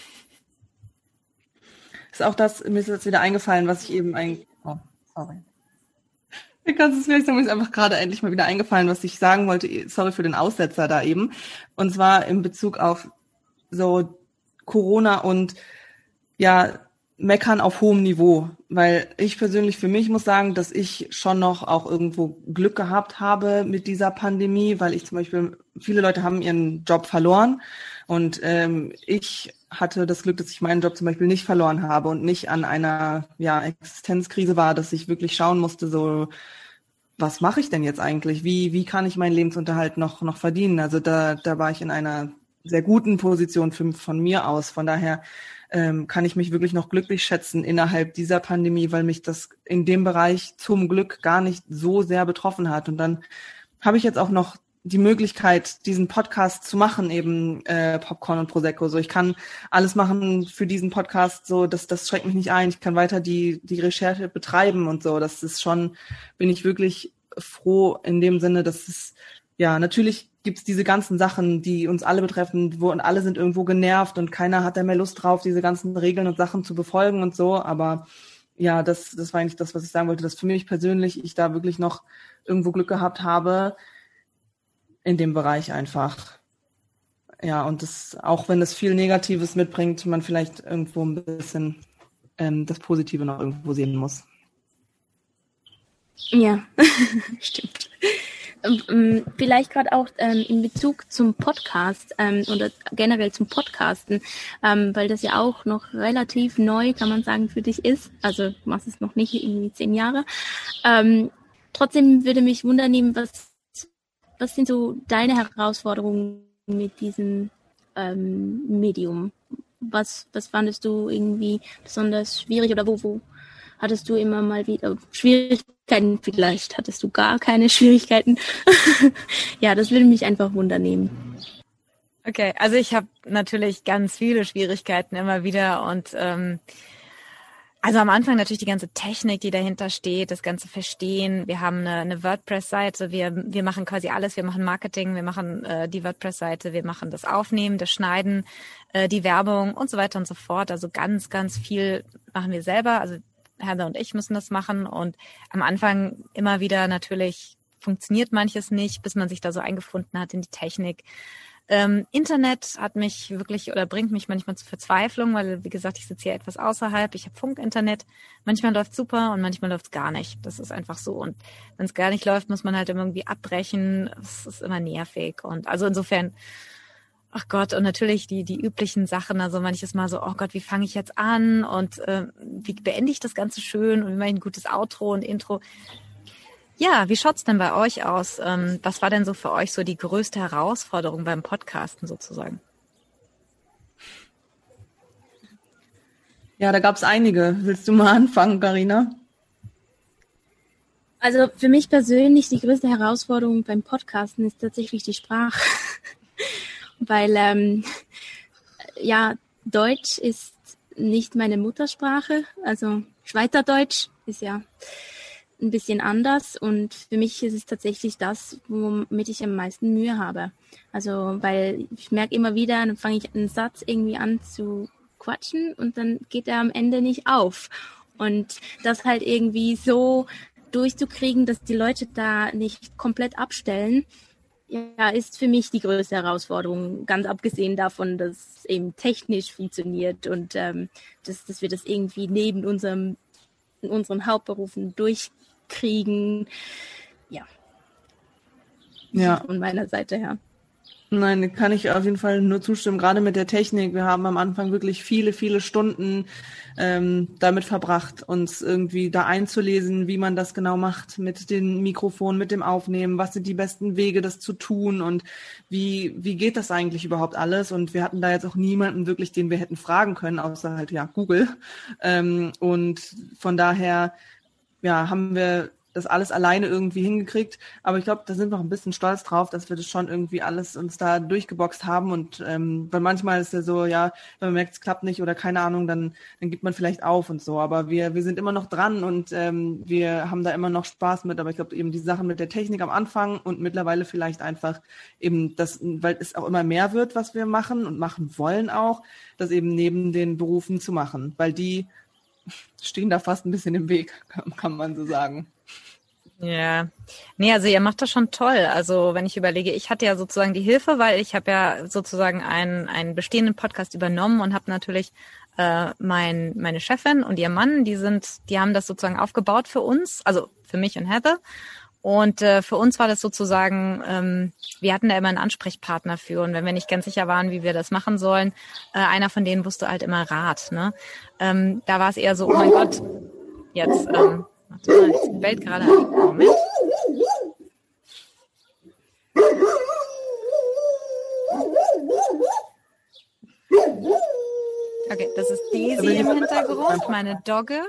Speaker 3: Ist auch das, mir ist jetzt wieder eingefallen, was ich eben eigentlich, oh, sorry. Wie kannst du es vielleicht sagen, mir ist einfach gerade endlich mal wieder eingefallen, was ich sagen wollte. Sorry für den Aussetzer da eben. Und zwar in Bezug auf so Corona und ja, Meckern auf hohem Niveau. Weil ich persönlich für mich muss sagen, dass ich schon noch auch irgendwo Glück gehabt habe mit dieser Pandemie, weil ich zum Beispiel, viele Leute haben ihren Job verloren und ähm, ich hatte das Glück, dass ich meinen Job zum Beispiel nicht verloren habe und nicht an einer ja, Existenzkrise war, dass ich wirklich schauen musste, so, was mache ich denn jetzt eigentlich? Wie, wie kann ich meinen Lebensunterhalt noch, noch verdienen? Also da, da war ich in einer sehr guten Position für, von mir aus. Von daher ähm, kann ich mich wirklich noch glücklich schätzen innerhalb dieser Pandemie, weil mich das in dem Bereich zum Glück gar nicht so sehr betroffen hat. Und dann habe ich jetzt auch noch die Möglichkeit, diesen Podcast zu machen, eben äh, Popcorn und Prosecco. So, ich kann alles machen für diesen Podcast, so, das, das schreckt mich nicht ein. Ich kann weiter die die Recherche betreiben und so. Das ist schon, bin ich wirklich froh in dem Sinne, dass es, ja, natürlich gibt's diese ganzen Sachen, die uns alle betreffen, wo und alle sind irgendwo genervt und keiner hat da mehr Lust drauf, diese ganzen Regeln und Sachen zu befolgen und so. Aber ja, das, das war eigentlich das, was ich sagen wollte, dass für mich persönlich ich da wirklich noch irgendwo Glück gehabt habe, in dem Bereich einfach. Ja, und das, auch wenn es viel Negatives mitbringt, man vielleicht irgendwo ein bisschen ähm, das Positive noch irgendwo sehen muss.
Speaker 4: Ja, stimmt. Ähm, vielleicht gerade auch ähm, in Bezug zum Podcast ähm, oder generell zum Podcasten, ähm, weil das ja auch noch relativ neu, kann man sagen, für dich ist. Also du machst es noch nicht irgendwie zehn Jahre. Ähm, trotzdem würde mich wundern, was Was sind so deine Herausforderungen mit diesem ähm, Medium? Was, was fandest du irgendwie besonders schwierig oder wo, wo hattest du immer mal wieder Schwierigkeiten? Vielleicht hattest du gar keine Schwierigkeiten. Ja, das würde mich einfach wundern.
Speaker 2: Okay, also ich habe natürlich ganz viele Schwierigkeiten immer wieder und ähm, also am Anfang natürlich die ganze Technik, die dahinter steht, das ganze Verstehen. Wir haben eine, eine WordPress-Seite, wir wir machen quasi alles. Wir machen Marketing, wir machen äh, die WordPress-Seite, wir machen das Aufnehmen, das Schneiden, äh, die Werbung und so weiter und so fort. Also ganz, ganz viel machen wir selber. Also Heather und ich müssen das machen und am Anfang immer wieder natürlich funktioniert manches nicht, bis man sich da so eingefunden hat in die Technik. Ähm, Internet hat mich wirklich oder bringt mich manchmal zur Verzweiflung, weil, wie gesagt, ich sitze hier etwas außerhalb. Ich habe Funk-Internet. Manchmal läuft super und manchmal läuft es gar nicht. Das ist einfach so. Und wenn es gar nicht läuft, muss man halt irgendwie abbrechen. Es ist immer nervig. Und also insofern, ach Gott, und natürlich die die üblichen Sachen. Also manches Mal so, oh Gott, wie fange ich jetzt an? Und äh, wie beende ich das Ganze schön? Und wie mache ich ein gutes Outro und Intro? Ja, wie schaut's denn bei euch aus? Ähm, was war denn so für euch so die größte Herausforderung beim Podcasten sozusagen?
Speaker 3: Ja, da gab's einige. Willst du mal anfangen, Carina?
Speaker 4: Also für mich persönlich die größte Herausforderung beim Podcasten ist tatsächlich die Sprache, weil ähm, ja, Deutsch ist nicht meine Muttersprache, also Schweizerdeutsch ist ja ein bisschen anders und für mich ist es tatsächlich das, womit ich am meisten Mühe habe. Also weil ich merke immer wieder, dann fange ich einen Satz irgendwie an zu quatschen und dann geht er am Ende nicht auf. Und das halt irgendwie so durchzukriegen, dass die Leute da nicht komplett abstellen, ja, ist für mich die größte Herausforderung, ganz abgesehen davon, dass es eben technisch funktioniert und ähm, dass, dass wir das irgendwie neben unserem, unseren Hauptberufen durchkriegen. Ja.
Speaker 3: Ja.
Speaker 4: Von meiner Seite her.
Speaker 3: Nein, kann ich auf jeden Fall nur zustimmen, gerade mit der Technik. Wir haben am Anfang wirklich viele, viele Stunden ähm, damit verbracht, uns irgendwie da einzulesen, wie man das genau macht mit den Mikrofonen, mit dem Aufnehmen, was sind die besten Wege, das zu tun und wie wie geht das eigentlich überhaupt alles? Und wir hatten da jetzt auch niemanden wirklich, den wir hätten fragen können, außer halt ja Google. Ähm, und von daher ja haben wir das alles alleine irgendwie hingekriegt. Aber ich glaube, da sind wir auch ein bisschen stolz drauf, dass wir das schon irgendwie alles uns da durchgeboxt haben. Und ähm, weil manchmal ist ja so, ja, wenn man merkt, es klappt nicht oder keine Ahnung, dann dann gibt man vielleicht auf und so. Aber wir wir sind immer noch dran und ähm, wir haben da immer noch Spaß mit. Aber ich glaube, eben die Sachen mit der Technik am Anfang und mittlerweile vielleicht einfach eben das, weil es auch immer mehr wird, was wir machen und machen wollen auch, das eben neben den Berufen zu machen. Weil die stehen da fast ein bisschen im Weg, kann, kann man so sagen.
Speaker 2: Ja, nee, also ihr macht das schon toll. Also wenn ich überlege, ich hatte ja sozusagen die Hilfe, weil ich habe ja sozusagen einen, einen bestehenden Podcast übernommen und habe natürlich äh, mein, meine Chefin und ihr Mann, die sind, die haben das sozusagen aufgebaut für uns, also für mich und Heather. Und äh, für uns war das sozusagen, ähm, wir hatten da immer einen Ansprechpartner für. Und wenn wir nicht ganz sicher waren, wie wir das machen sollen, äh, einer von denen wusste halt immer Rat. Ne? Ähm, da war es eher so, oh mein Gott, jetzt... Ähm, Warte mal, jetzt bellt gerade ein Moment. Okay, das ist Daisy im Hintergrund, meine Dogge.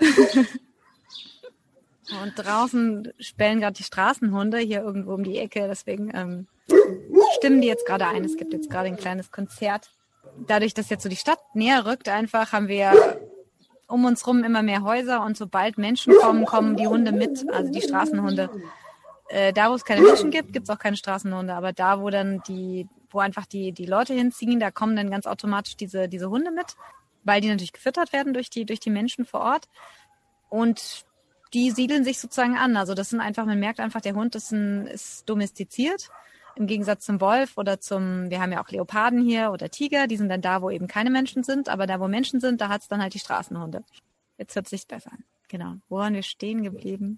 Speaker 2: Und draußen bellen gerade die Straßenhunde hier irgendwo um die Ecke. Deswegen ähm, stimmen die jetzt gerade ein. Es gibt jetzt gerade ein kleines Konzert. Dadurch, dass jetzt so die Stadt näher rückt, einfach haben wir um uns rum immer mehr Häuser und sobald Menschen kommen, kommen die Hunde mit, also die Straßenhunde. Äh, da, wo es keine Menschen gibt, gibt es auch keine Straßenhunde, aber da, wo dann die, wo einfach die, die Leute hinziehen, da kommen dann ganz automatisch diese, diese Hunde mit, weil die natürlich gefüttert werden durch die, durch die Menschen vor Ort und die siedeln sich sozusagen an. Also das sind einfach, man merkt einfach, der Hund ist, ein, ist domestiziert. Im Gegensatz zum Wolf oder zum, wir haben ja auch Leoparden hier oder Tiger, die sind dann da, wo eben keine Menschen sind, aber da, wo Menschen sind, da hat es dann halt die Straßenhunde. Jetzt hört es sich besser an. Genau. Wo waren wir stehen geblieben?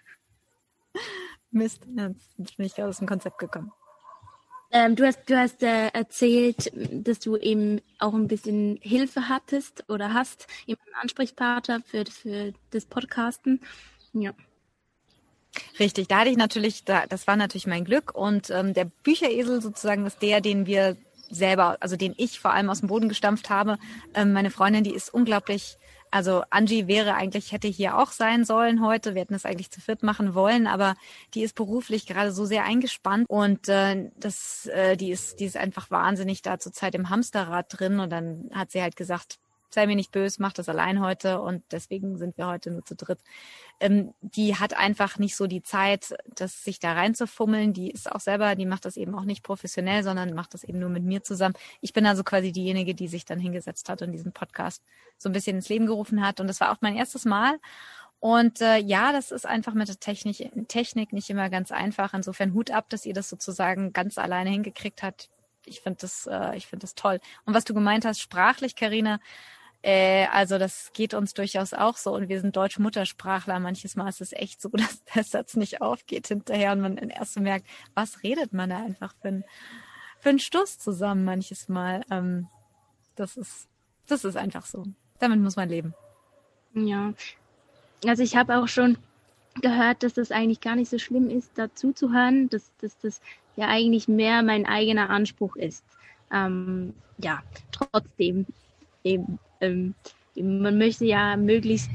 Speaker 2: Mist, jetzt bin ich gerade aus dem Konzept gekommen.
Speaker 4: Ähm, du hast, du hast äh, erzählt, dass du eben auch ein bisschen Hilfe hattest oder hast, eben einen Ansprechpartner für, für das Podcasten. Ja.
Speaker 2: Richtig, da hatte ich natürlich, da, das war natürlich mein Glück und ähm, der Bücheresel sozusagen ist der, den wir selber, also den ich vor allem aus dem Boden gestampft habe. Ähm, meine Freundin, die ist unglaublich, also Angie wäre eigentlich, hätte hier auch sein sollen heute, wir hätten es eigentlich zu viert machen wollen, aber die ist beruflich gerade so sehr eingespannt und äh, das, äh, die ist, die ist einfach wahnsinnig da zurzeit im Hamsterrad drin und dann hat sie halt gesagt, sei mir nicht böse, mach das allein heute und deswegen sind wir heute nur zu dritt. Ähm, die hat einfach nicht so die Zeit, das sich da reinzufummeln. Die ist auch selber, die macht das eben auch nicht professionell, sondern macht das eben nur mit mir zusammen. Ich bin also quasi diejenige, die sich dann hingesetzt hat und diesen Podcast so ein bisschen ins Leben gerufen hat und das war auch mein erstes Mal. Und äh, ja, das ist einfach mit der Technik, Technik nicht immer ganz einfach. Insofern Hut ab, dass ihr das sozusagen ganz alleine hingekriegt habt. Ich finde das, äh, ich finde das toll. Und was du gemeint hast, sprachlich, Carina, Äh, also das geht uns durchaus auch so und wir sind Deutsch-Muttersprachler. Manches Mal ist es echt so, dass der Satz nicht aufgeht hinterher und man erst so merkt, was redet man da einfach für ein, für einen Stoß zusammen manches Mal. Ähm, das ist, das ist einfach so. Damit muss man leben.
Speaker 4: Ja, also ich habe auch schon gehört, dass das eigentlich gar nicht so schlimm ist, dazu zu hören, dass, dass das ja eigentlich mehr mein eigener Anspruch ist. Ähm, ja, trotzdem eben. Ähm, man möchte ja möglichst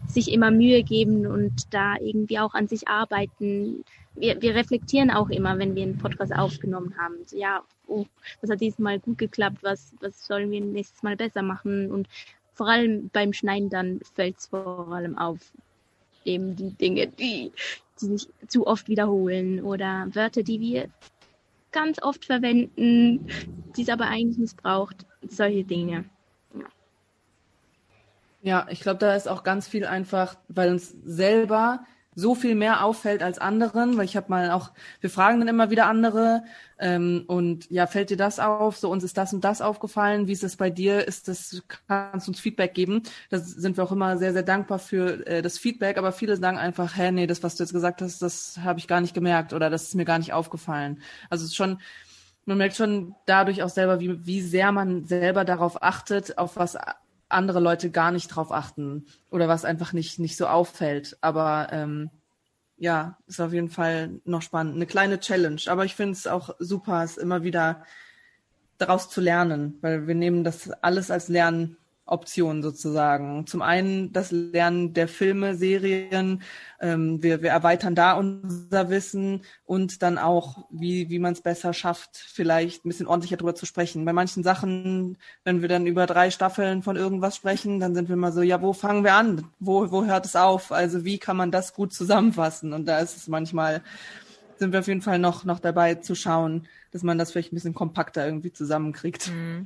Speaker 4: sich immer Mühe geben und da irgendwie auch an sich arbeiten. Wir, wir reflektieren auch immer, wenn wir einen Podcast aufgenommen haben. So, ja, oh, das hat dieses Mal gut geklappt, was, was sollen wir nächstes Mal besser machen? Und vor allem beim Schneiden dann fällt es vor allem auf, eben die Dinge, die, die sich zu oft wiederholen oder Wörter, die wir ganz oft verwenden, die es aber eigentlich nicht braucht. Solche Dinge. Ja,
Speaker 3: Ja, ich glaube, da ist auch ganz viel einfach, weil uns selber so viel mehr auffällt als anderen, weil ich habe mal auch, wir fragen dann immer wieder andere ähm, und ja, fällt dir das auf? So, uns ist das und das aufgefallen. Wie ist es bei dir? Ist das, kannst du uns Feedback geben? Da sind wir auch immer sehr, sehr dankbar für äh, das Feedback, aber viele sagen einfach, hä, nee, das, was du jetzt gesagt hast, das habe ich gar nicht gemerkt oder das ist mir gar nicht aufgefallen. Also es ist schon, man merkt schon dadurch auch selber, wie, wie sehr man selber darauf achtet, auf was andere Leute gar nicht drauf achten oder was einfach nicht nicht so auffällt. Aber ähm, ja, ist auf jeden Fall noch spannend. Eine kleine Challenge. Aber ich finde es auch super, es immer wieder daraus zu lernen, weil wir nehmen das alles als Lernoption sozusagen. Zum einen das Lernen der Filme, Serien, ähm, wir, wir erweitern da unser Wissen und dann auch, wie, wie man es besser schafft, vielleicht ein bisschen ordentlicher drüber zu sprechen. Bei manchen Sachen, wenn wir dann über drei Staffeln von irgendwas sprechen, dann sind wir mal so, ja, wo fangen wir an? Wo, wo hört es auf? Also wie kann man das gut zusammenfassen? Und da ist es manchmal, sind wir auf jeden Fall noch, noch dabei zu schauen, dass man das vielleicht ein bisschen kompakter irgendwie zusammenkriegt.
Speaker 2: Mhm.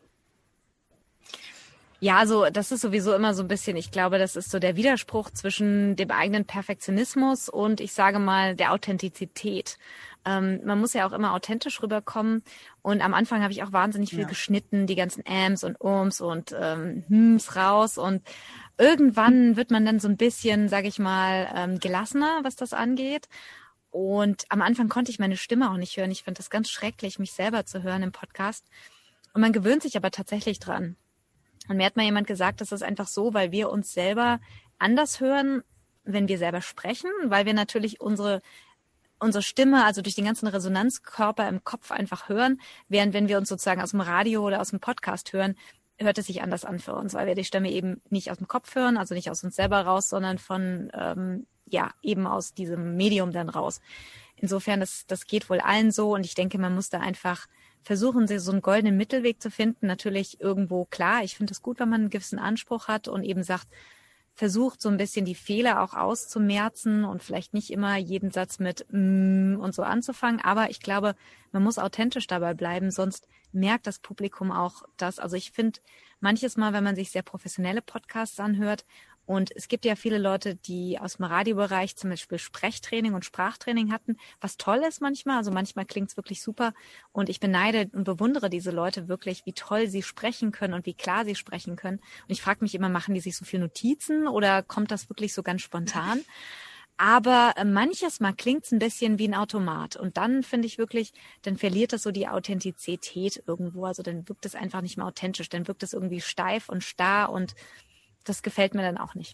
Speaker 2: Ja, also das ist sowieso immer so ein bisschen, ich glaube, das ist so der Widerspruch zwischen dem eigenen Perfektionismus und ich sage mal der Authentizität. Ähm, man muss ja auch immer authentisch rüberkommen und am Anfang habe ich auch wahnsinnig viel
Speaker 3: Ja.
Speaker 2: geschnitten, die ganzen Ams und Ums und ähm, Hms raus und irgendwann wird man dann so ein bisschen, sage ich mal, ähm, gelassener, was das angeht. Und am Anfang konnte ich meine Stimme auch nicht hören. Ich fand das ganz schrecklich, mich selber zu hören im Podcast. Und man gewöhnt sich aber tatsächlich dran. Und mir hat mal jemand gesagt, das ist einfach so, weil wir uns selber anders hören, wenn wir selber sprechen, weil wir natürlich unsere unsere Stimme, also durch den ganzen Resonanzkörper im Kopf einfach hören, während wenn wir uns sozusagen aus dem Radio oder aus dem Podcast hören, hört es sich anders an für uns, weil wir die Stimme eben nicht aus dem Kopf hören, also nicht aus uns selber raus, sondern von, ähm, ja, eben aus diesem Medium dann raus. Insofern, das, das geht wohl allen so und ich denke, man muss da einfach versuchen, so einen goldenen Mittelweg zu finden. Natürlich irgendwo klar, ich finde es gut, wenn man einen gewissen Anspruch hat und eben sagt, versucht so ein bisschen die Fehler auch auszumerzen und vielleicht nicht immer jeden Satz mit mm und so anzufangen. Aber ich glaube, man muss authentisch dabei bleiben, sonst merkt das Publikum auch das. Also ich finde manches Mal, wenn man sich sehr professionelle Podcasts anhört, und es gibt ja viele Leute, die aus dem Radiobereich zum Beispiel Sprechtraining und Sprachtraining hatten, was toll ist manchmal. Also manchmal klingt es wirklich super. Und ich beneide und bewundere diese Leute wirklich, wie toll sie sprechen können und wie klar sie sprechen können. Und ich frage mich immer, machen die sich so viel Notizen oder kommt das wirklich so ganz spontan? Aber äh, manches Mal klingt es ein bisschen wie ein Automat. Und dann finde ich wirklich, dann verliert das so die Authentizität irgendwo. Also dann wirkt es einfach nicht mehr authentisch. Dann wirkt es irgendwie steif und starr und das gefällt mir dann auch nicht.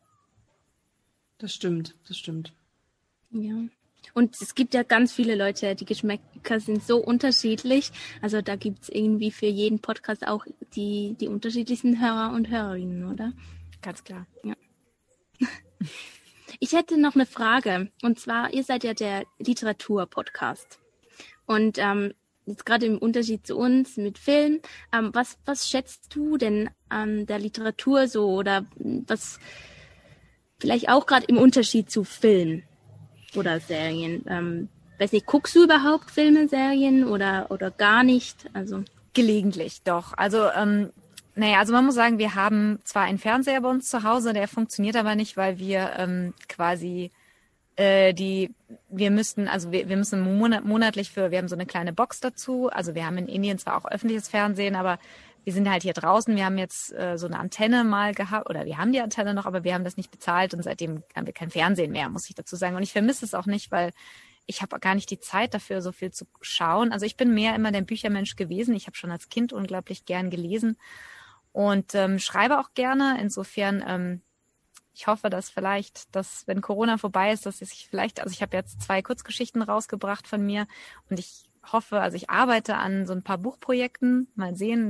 Speaker 3: Das stimmt, das stimmt.
Speaker 4: Ja. Und es gibt ja ganz viele Leute, die Geschmäcker sind so unterschiedlich. Also da gibt es irgendwie für jeden Podcast auch die, die unterschiedlichsten Hörer und Hörerinnen, oder?
Speaker 2: Ganz klar.
Speaker 4: Ja. Ich hätte noch eine Frage. Und zwar, ihr seid ja der Literatur-Podcast. Und ähm, jetzt gerade im Unterschied zu uns mit Film, ähm, was, was schätzt du denn an der Literatur so oder was vielleicht auch gerade im Unterschied zu Film oder Serien? Ähm, weiß nicht, guckst du überhaupt Filme, Serien oder, oder gar nicht? Also
Speaker 2: gelegentlich, doch. Also ähm, naja, also man muss sagen, wir haben zwar einen Fernseher bei uns zu Hause, der funktioniert aber nicht, weil wir ähm, quasi die, wir müssten, also wir, wir müssen monat, monatlich für, wir haben so eine kleine Box dazu, also wir haben in Indien zwar auch öffentliches Fernsehen, aber wir sind halt hier draußen, wir haben jetzt äh, so eine Antenne mal gehabt, oder wir haben die Antenne noch, aber wir haben das nicht bezahlt und seitdem haben wir kein Fernsehen mehr, muss ich dazu sagen. Und ich vermisse es auch nicht, weil ich habe gar nicht die Zeit dafür, so viel zu schauen. Also ich bin mehr immer der Büchermensch gewesen, ich habe schon als Kind unglaublich gern gelesen und ähm, schreibe auch gerne, insofern ähm, ich hoffe, dass vielleicht, dass wenn Corona vorbei ist, dass ich vielleicht, also ich habe jetzt zwei Kurzgeschichten rausgebracht von mir und ich hoffe, also ich arbeite an so ein paar Buchprojekten, mal sehen,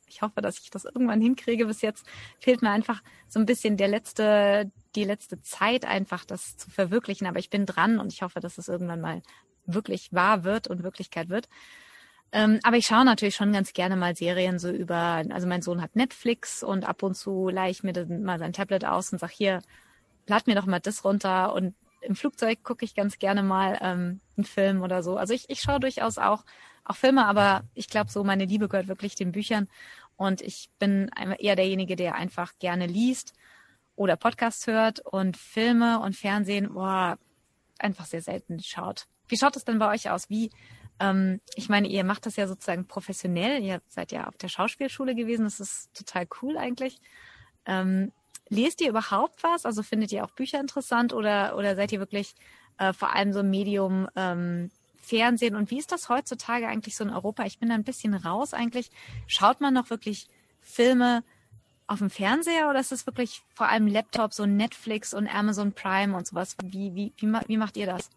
Speaker 2: Ich hoffe, dass ich das irgendwann hinkriege. Bis jetzt fehlt mir einfach so ein bisschen der letzte, die letzte Zeit einfach, das zu verwirklichen. Aber ich bin dran und ich hoffe, dass es irgendwann mal wirklich wahr wird und Wirklichkeit wird. Ähm, aber ich schaue natürlich schon ganz gerne mal Serien so über, also mein Sohn hat Netflix und ab und zu leihe ich mir dann mal sein Tablet aus und sage, hier, lad mir doch mal das runter. Und im Flugzeug gucke ich ganz gerne mal ähm, einen Film oder so. Also ich, ich schaue durchaus auch, auch Filme, aber ich glaube so, meine Liebe gehört wirklich den Büchern. Und ich bin eher derjenige, der einfach gerne liest oder Podcasts hört und Filme und Fernsehen, boah, einfach sehr selten schaut. Wie schaut es denn bei euch aus? Wie Ähm, ich meine, ihr macht das ja sozusagen professionell. Ihr seid ja auf der Schauspielschule gewesen. Das ist total cool eigentlich. Ähm, lest ihr überhaupt was? Also findet ihr auch Bücher interessant oder, oder seid ihr wirklich äh, vor allem so ein Medium ähm, Fernsehen? Und wie ist das heutzutage eigentlich so in Europa? Ich bin da ein bisschen raus eigentlich. Schaut man noch wirklich Filme auf dem Fernseher oder ist es wirklich vor allem Laptop, so Netflix und Amazon Prime und sowas? Wie, wie, wie, wie macht ihr das?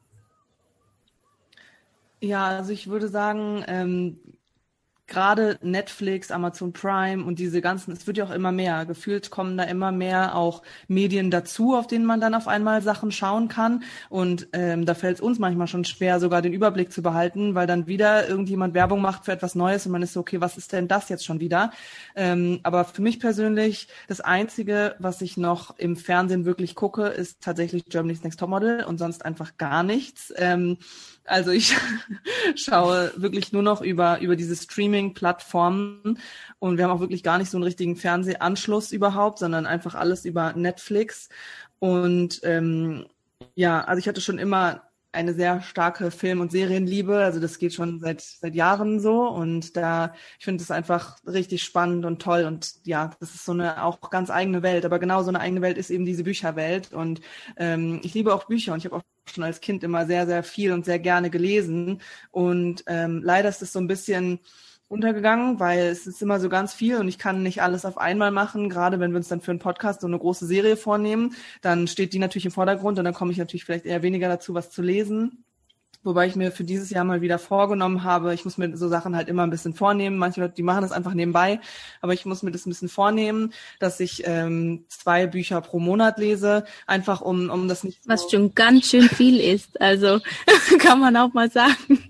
Speaker 3: Ja, also ich würde sagen, ähm, gerade Netflix, Amazon Prime und diese ganzen, es wird ja auch immer mehr. Gefühlt kommen da immer mehr auch Medien dazu, auf denen man dann auf einmal Sachen schauen kann. Und ähm, da fällt es uns manchmal schon schwer, sogar den Überblick zu behalten, weil dann wieder irgendjemand Werbung macht für etwas Neues und man ist so, okay, was ist denn das jetzt schon wieder? Ähm, aber für mich persönlich, das Einzige, was ich noch im Fernsehen wirklich gucke, ist tatsächlich Germany's Next Topmodel und sonst einfach gar nichts. Ähm, Also ich schaue wirklich nur noch über über diese Streaming-Plattformen und wir haben auch wirklich gar nicht so einen richtigen Fernsehanschluss überhaupt, sondern einfach alles über Netflix. Und ähm, ja, also ich hatte schon immer eine sehr starke Film- und Serienliebe, also das geht schon seit seit Jahren so und da, ich finde das einfach richtig spannend und toll und ja, das ist so eine auch ganz eigene Welt, aber genau so eine eigene Welt ist eben diese Bücherwelt und ähm, ich liebe auch Bücher und ich habe auch schon als Kind immer sehr, sehr viel und sehr gerne gelesen und ähm, leider ist es so ein bisschen untergegangen, weil es ist immer so ganz viel und ich kann nicht alles auf einmal machen. Gerade wenn wir uns dann für einen Podcast so eine große Serie vornehmen, dann steht die natürlich im Vordergrund und dann komme ich natürlich vielleicht eher weniger dazu, was zu lesen. Wobei ich mir für dieses Jahr mal wieder vorgenommen habe, ich muss mir so Sachen halt immer ein bisschen vornehmen. Manche Leute, die machen das einfach nebenbei, aber ich muss mir das ein bisschen vornehmen, dass ich ähm, zwei Bücher pro Monat lese, einfach um um das nicht so
Speaker 4: was schon ganz schön viel ist. Also kann man auch mal sagen.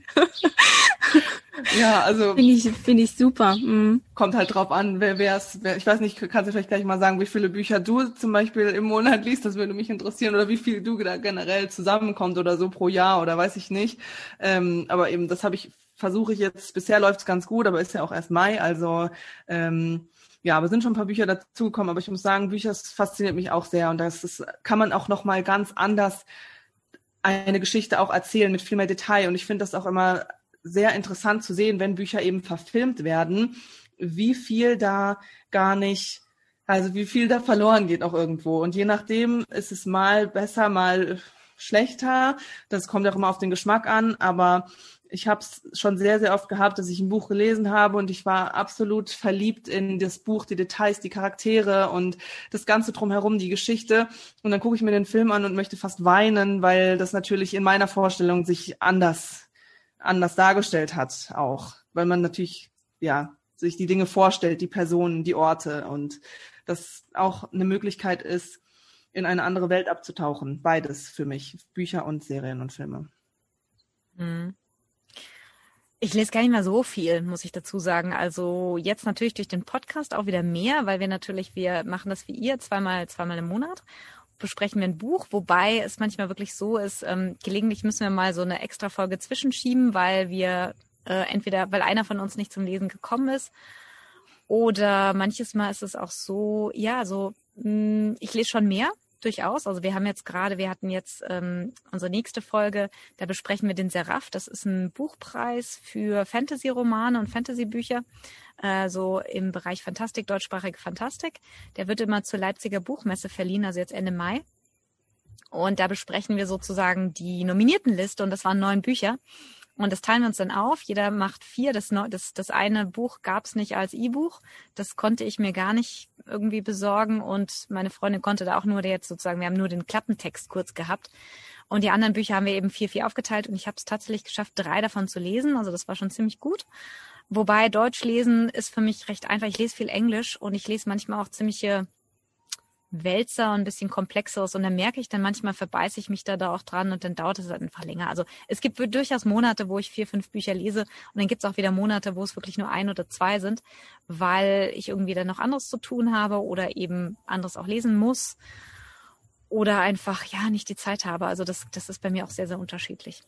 Speaker 3: Ja, also
Speaker 4: Finde ich, finde ich super. Mhm.
Speaker 3: kommt halt drauf an, wer wär's, wer, ich weiß nicht, kannst du vielleicht gleich mal sagen, wie viele Bücher du zum Beispiel im Monat liest, das würde mich interessieren, oder wie viel du da generell zusammenkommt oder so pro Jahr oder weiß ich nicht. Ähm, aber eben, das habe ich, versuche ich jetzt, bisher läuft's ganz gut, aber ist ja auch erst Mai, also ähm, ja, aber sind schon ein paar Bücher dazugekommen, aber ich muss sagen, Bücher, das fasziniert mich auch sehr und das ist, kann man auch nochmal ganz anders eine Geschichte auch erzählen mit viel mehr Detail und ich finde das auch immer sehr interessant zu sehen, wenn Bücher eben verfilmt werden, wie viel da gar nicht, also wie viel da verloren geht auch irgendwo. Und je nachdem ist es mal besser, mal schlechter. Das kommt auch immer auf den Geschmack an, aber ich habe es schon sehr, sehr oft gehabt, dass ich ein Buch gelesen habe und ich war absolut verliebt in das Buch, die Details, die Charaktere und das Ganze drumherum, die Geschichte. Und dann gucke ich mir den Film an und möchte fast weinen, weil das natürlich in meiner Vorstellung sich anders anders dargestellt hat auch, weil man natürlich, ja, sich die Dinge vorstellt, die Personen, die Orte und das auch eine Möglichkeit ist, in eine andere Welt abzutauchen. Beides für mich, Bücher und Serien und Filme.
Speaker 2: Ich lese gar nicht mehr so viel, muss ich dazu sagen. Also jetzt natürlich durch den Podcast auch wieder mehr, weil wir natürlich, wir machen das wie ihr, zweimal, zweimal im Monat. Besprechen wir ein Buch, wobei es manchmal wirklich so ist, ähm, gelegentlich müssen wir mal so eine extra Folge zwischenschieben, weil wir äh, entweder, weil einer von uns nicht zum Lesen gekommen ist oder manches Mal ist es auch so, ja, so, mh, ich lese schon mehr, durchaus. Also wir haben jetzt gerade, wir hatten jetzt ähm, unsere nächste Folge, da besprechen wir den Seraph. Das ist ein Buchpreis für Fantasy-Romane und Fantasy-Bücher, äh, so im Bereich Fantastik, deutschsprachige Fantastik. Der wird immer zur Leipziger Buchmesse verliehen, also jetzt Ende Mai. Und da besprechen wir sozusagen die Nominiertenliste und das waren neun Bücher. Und das teilen wir uns dann auf. Jeder macht vier. Das, das, das eine Buch gab es nicht als E-Buch. Das konnte ich mir gar nicht irgendwie besorgen. Und meine Freundin konnte da auch nur der jetzt sozusagen, wir haben nur den Klappentext kurz gehabt. Und die anderen Bücher haben wir eben vier, vier aufgeteilt. Und ich habe es tatsächlich geschafft, drei davon zu lesen. Also das war schon ziemlich gut. Wobei Deutsch lesen ist für mich recht einfach. Ich lese viel Englisch und ich lese manchmal auch ziemliche Wälzer und ein bisschen komplexeres und dann merke ich dann manchmal, verbeiße ich mich da, da auch dran und dann dauert es halt einfach länger. Also es gibt durchaus Monate, wo ich vier, fünf Bücher lese und dann gibt es auch wieder Monate, wo es wirklich nur ein oder zwei sind, weil ich irgendwie dann noch anderes zu tun habe oder eben anderes auch lesen muss oder einfach ja nicht die Zeit habe. Also das, das ist bei mir auch sehr, sehr unterschiedlich.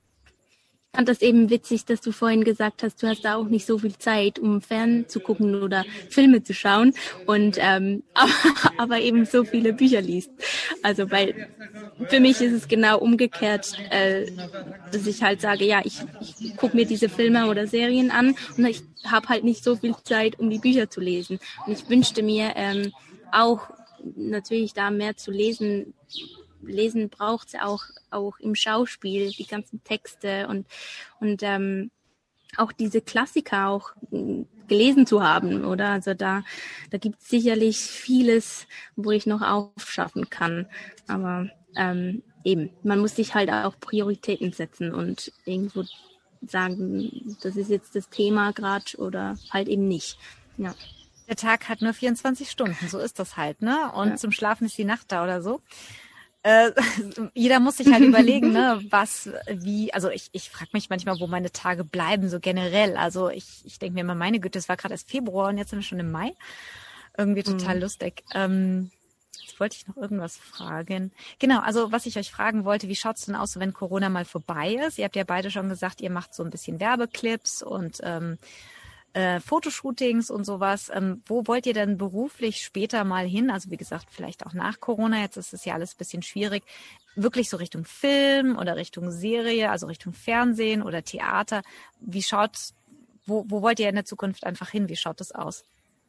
Speaker 4: Ich fand das eben witzig, dass du vorhin gesagt hast, du hast da auch nicht so viel Zeit, um Fern zu gucken oder Filme zu schauen und ähm, aber, aber eben so viele Bücher liest. Also weil für mich ist es genau umgekehrt, äh, dass ich halt sage, ja, ich, ich gucke mir diese Filme oder Serien an und ich habe halt nicht so viel Zeit, um die Bücher zu lesen. Und ich wünschte mir ähm, auch natürlich da mehr zu lesen. Lesen braucht es auch, auch im Schauspiel, die ganzen Texte und, und ähm, auch diese Klassiker auch gelesen zu haben, oder? Also da, da gibt es sicherlich vieles, wo ich noch aufschaffen kann. Aber ähm, eben, man muss sich halt auch Prioritäten setzen und irgendwo sagen, das ist jetzt das Thema gerade oder halt eben nicht. Ja.
Speaker 2: Der Tag hat nur vierundzwanzig Stunden, so ist das halt, ne? Und ja. Zum Schlafen ist die Nacht da oder so. Äh, jeder muss sich halt überlegen, ne, was, wie, also ich, ich frage mich manchmal, wo meine Tage bleiben, so generell. Also ich, ich denke mir immer, meine Güte, es war gerade erst Februar und jetzt sind wir schon im Mai. Irgendwie total mhm. lustig. Ähm, jetzt wollte ich noch irgendwas fragen. Genau, also was ich euch fragen wollte, wie schaut's denn aus, wenn Corona mal vorbei ist? Ihr habt ja beide schon gesagt, ihr macht so ein bisschen Werbeclips und ähm, Äh, Fotoshootings und sowas. Ähm, wo wollt ihr denn beruflich später mal hin? Also wie gesagt, vielleicht auch nach Corona. Jetzt ist es ja alles ein bisschen schwierig. Wirklich so Richtung Film oder Richtung Serie, also Richtung Fernsehen oder Theater. Wie schaut, wo, wo wollt ihr in der Zukunft einfach hin? Wie schaut das aus?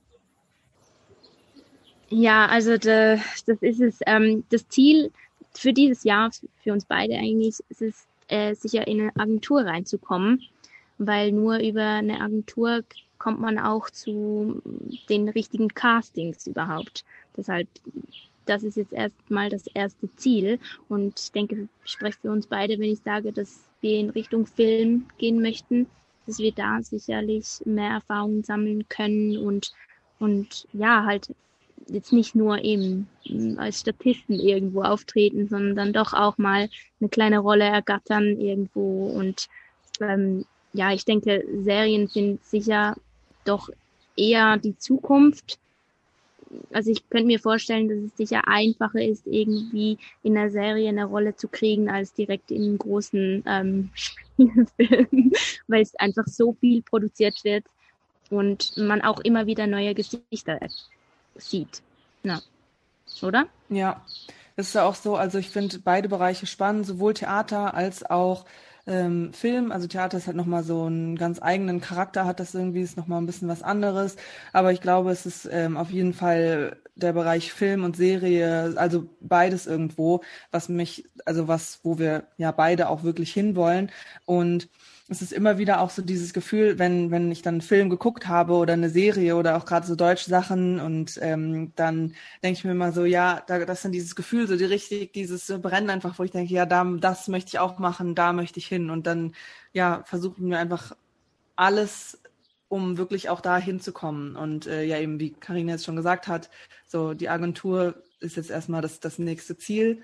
Speaker 4: Ja, also de, das ist es. Ähm, das Ziel für dieses Jahr, für uns beide eigentlich, ist es, äh, sicher in eine Agentur reinzukommen. Weil nur über eine Agentur kommt man auch zu den richtigen Castings überhaupt. Deshalb, das ist jetzt erstmal das erste Ziel. Und ich denke, ich spreche für uns beide, wenn ich sage, dass wir in Richtung Film gehen möchten, dass wir da sicherlich mehr Erfahrungen sammeln können und, und ja, halt jetzt nicht nur eben als Statisten irgendwo auftreten, sondern dann doch auch mal eine kleine Rolle ergattern irgendwo und ähm, ja, ich denke, Serien sind sicher doch eher die Zukunft. Also ich könnte mir vorstellen, dass es sicher einfacher ist, irgendwie in einer Serie eine Rolle zu kriegen, als direkt in einem großen ähm, Spielfilm, weil es einfach so viel produziert wird und man auch immer wieder neue Gesichter sieht. Ja. Oder?
Speaker 3: Ja, das ist ja auch so. Also ich finde beide Bereiche spannend, sowohl Theater als auch Ähm, Film. Also Theater ist halt nochmal so einen ganz eigenen Charakter, hat das irgendwie, ist nochmal ein bisschen was anderes. Aber ich glaube, es ist ähm, auf jeden Fall der Bereich Film und Serie, also beides irgendwo, was mich, also was, wo wir ja beide auch wirklich hinwollen. Und es ist immer wieder auch so dieses Gefühl, wenn wenn ich dann einen Film geguckt habe oder eine Serie oder auch gerade so deutsche Sachen und ähm, dann denke ich mir immer so, ja, da, das ist dann dieses Gefühl, so die richtig, dieses Brennen einfach, wo ich denke, ja, da, das möchte ich auch machen, da möchte ich hin und dann, ja, versuchen wir einfach alles, um wirklich auch da hinzukommen und äh, ja, eben wie Carina jetzt schon gesagt hat, so die Agentur ist jetzt erstmal das, das nächste Ziel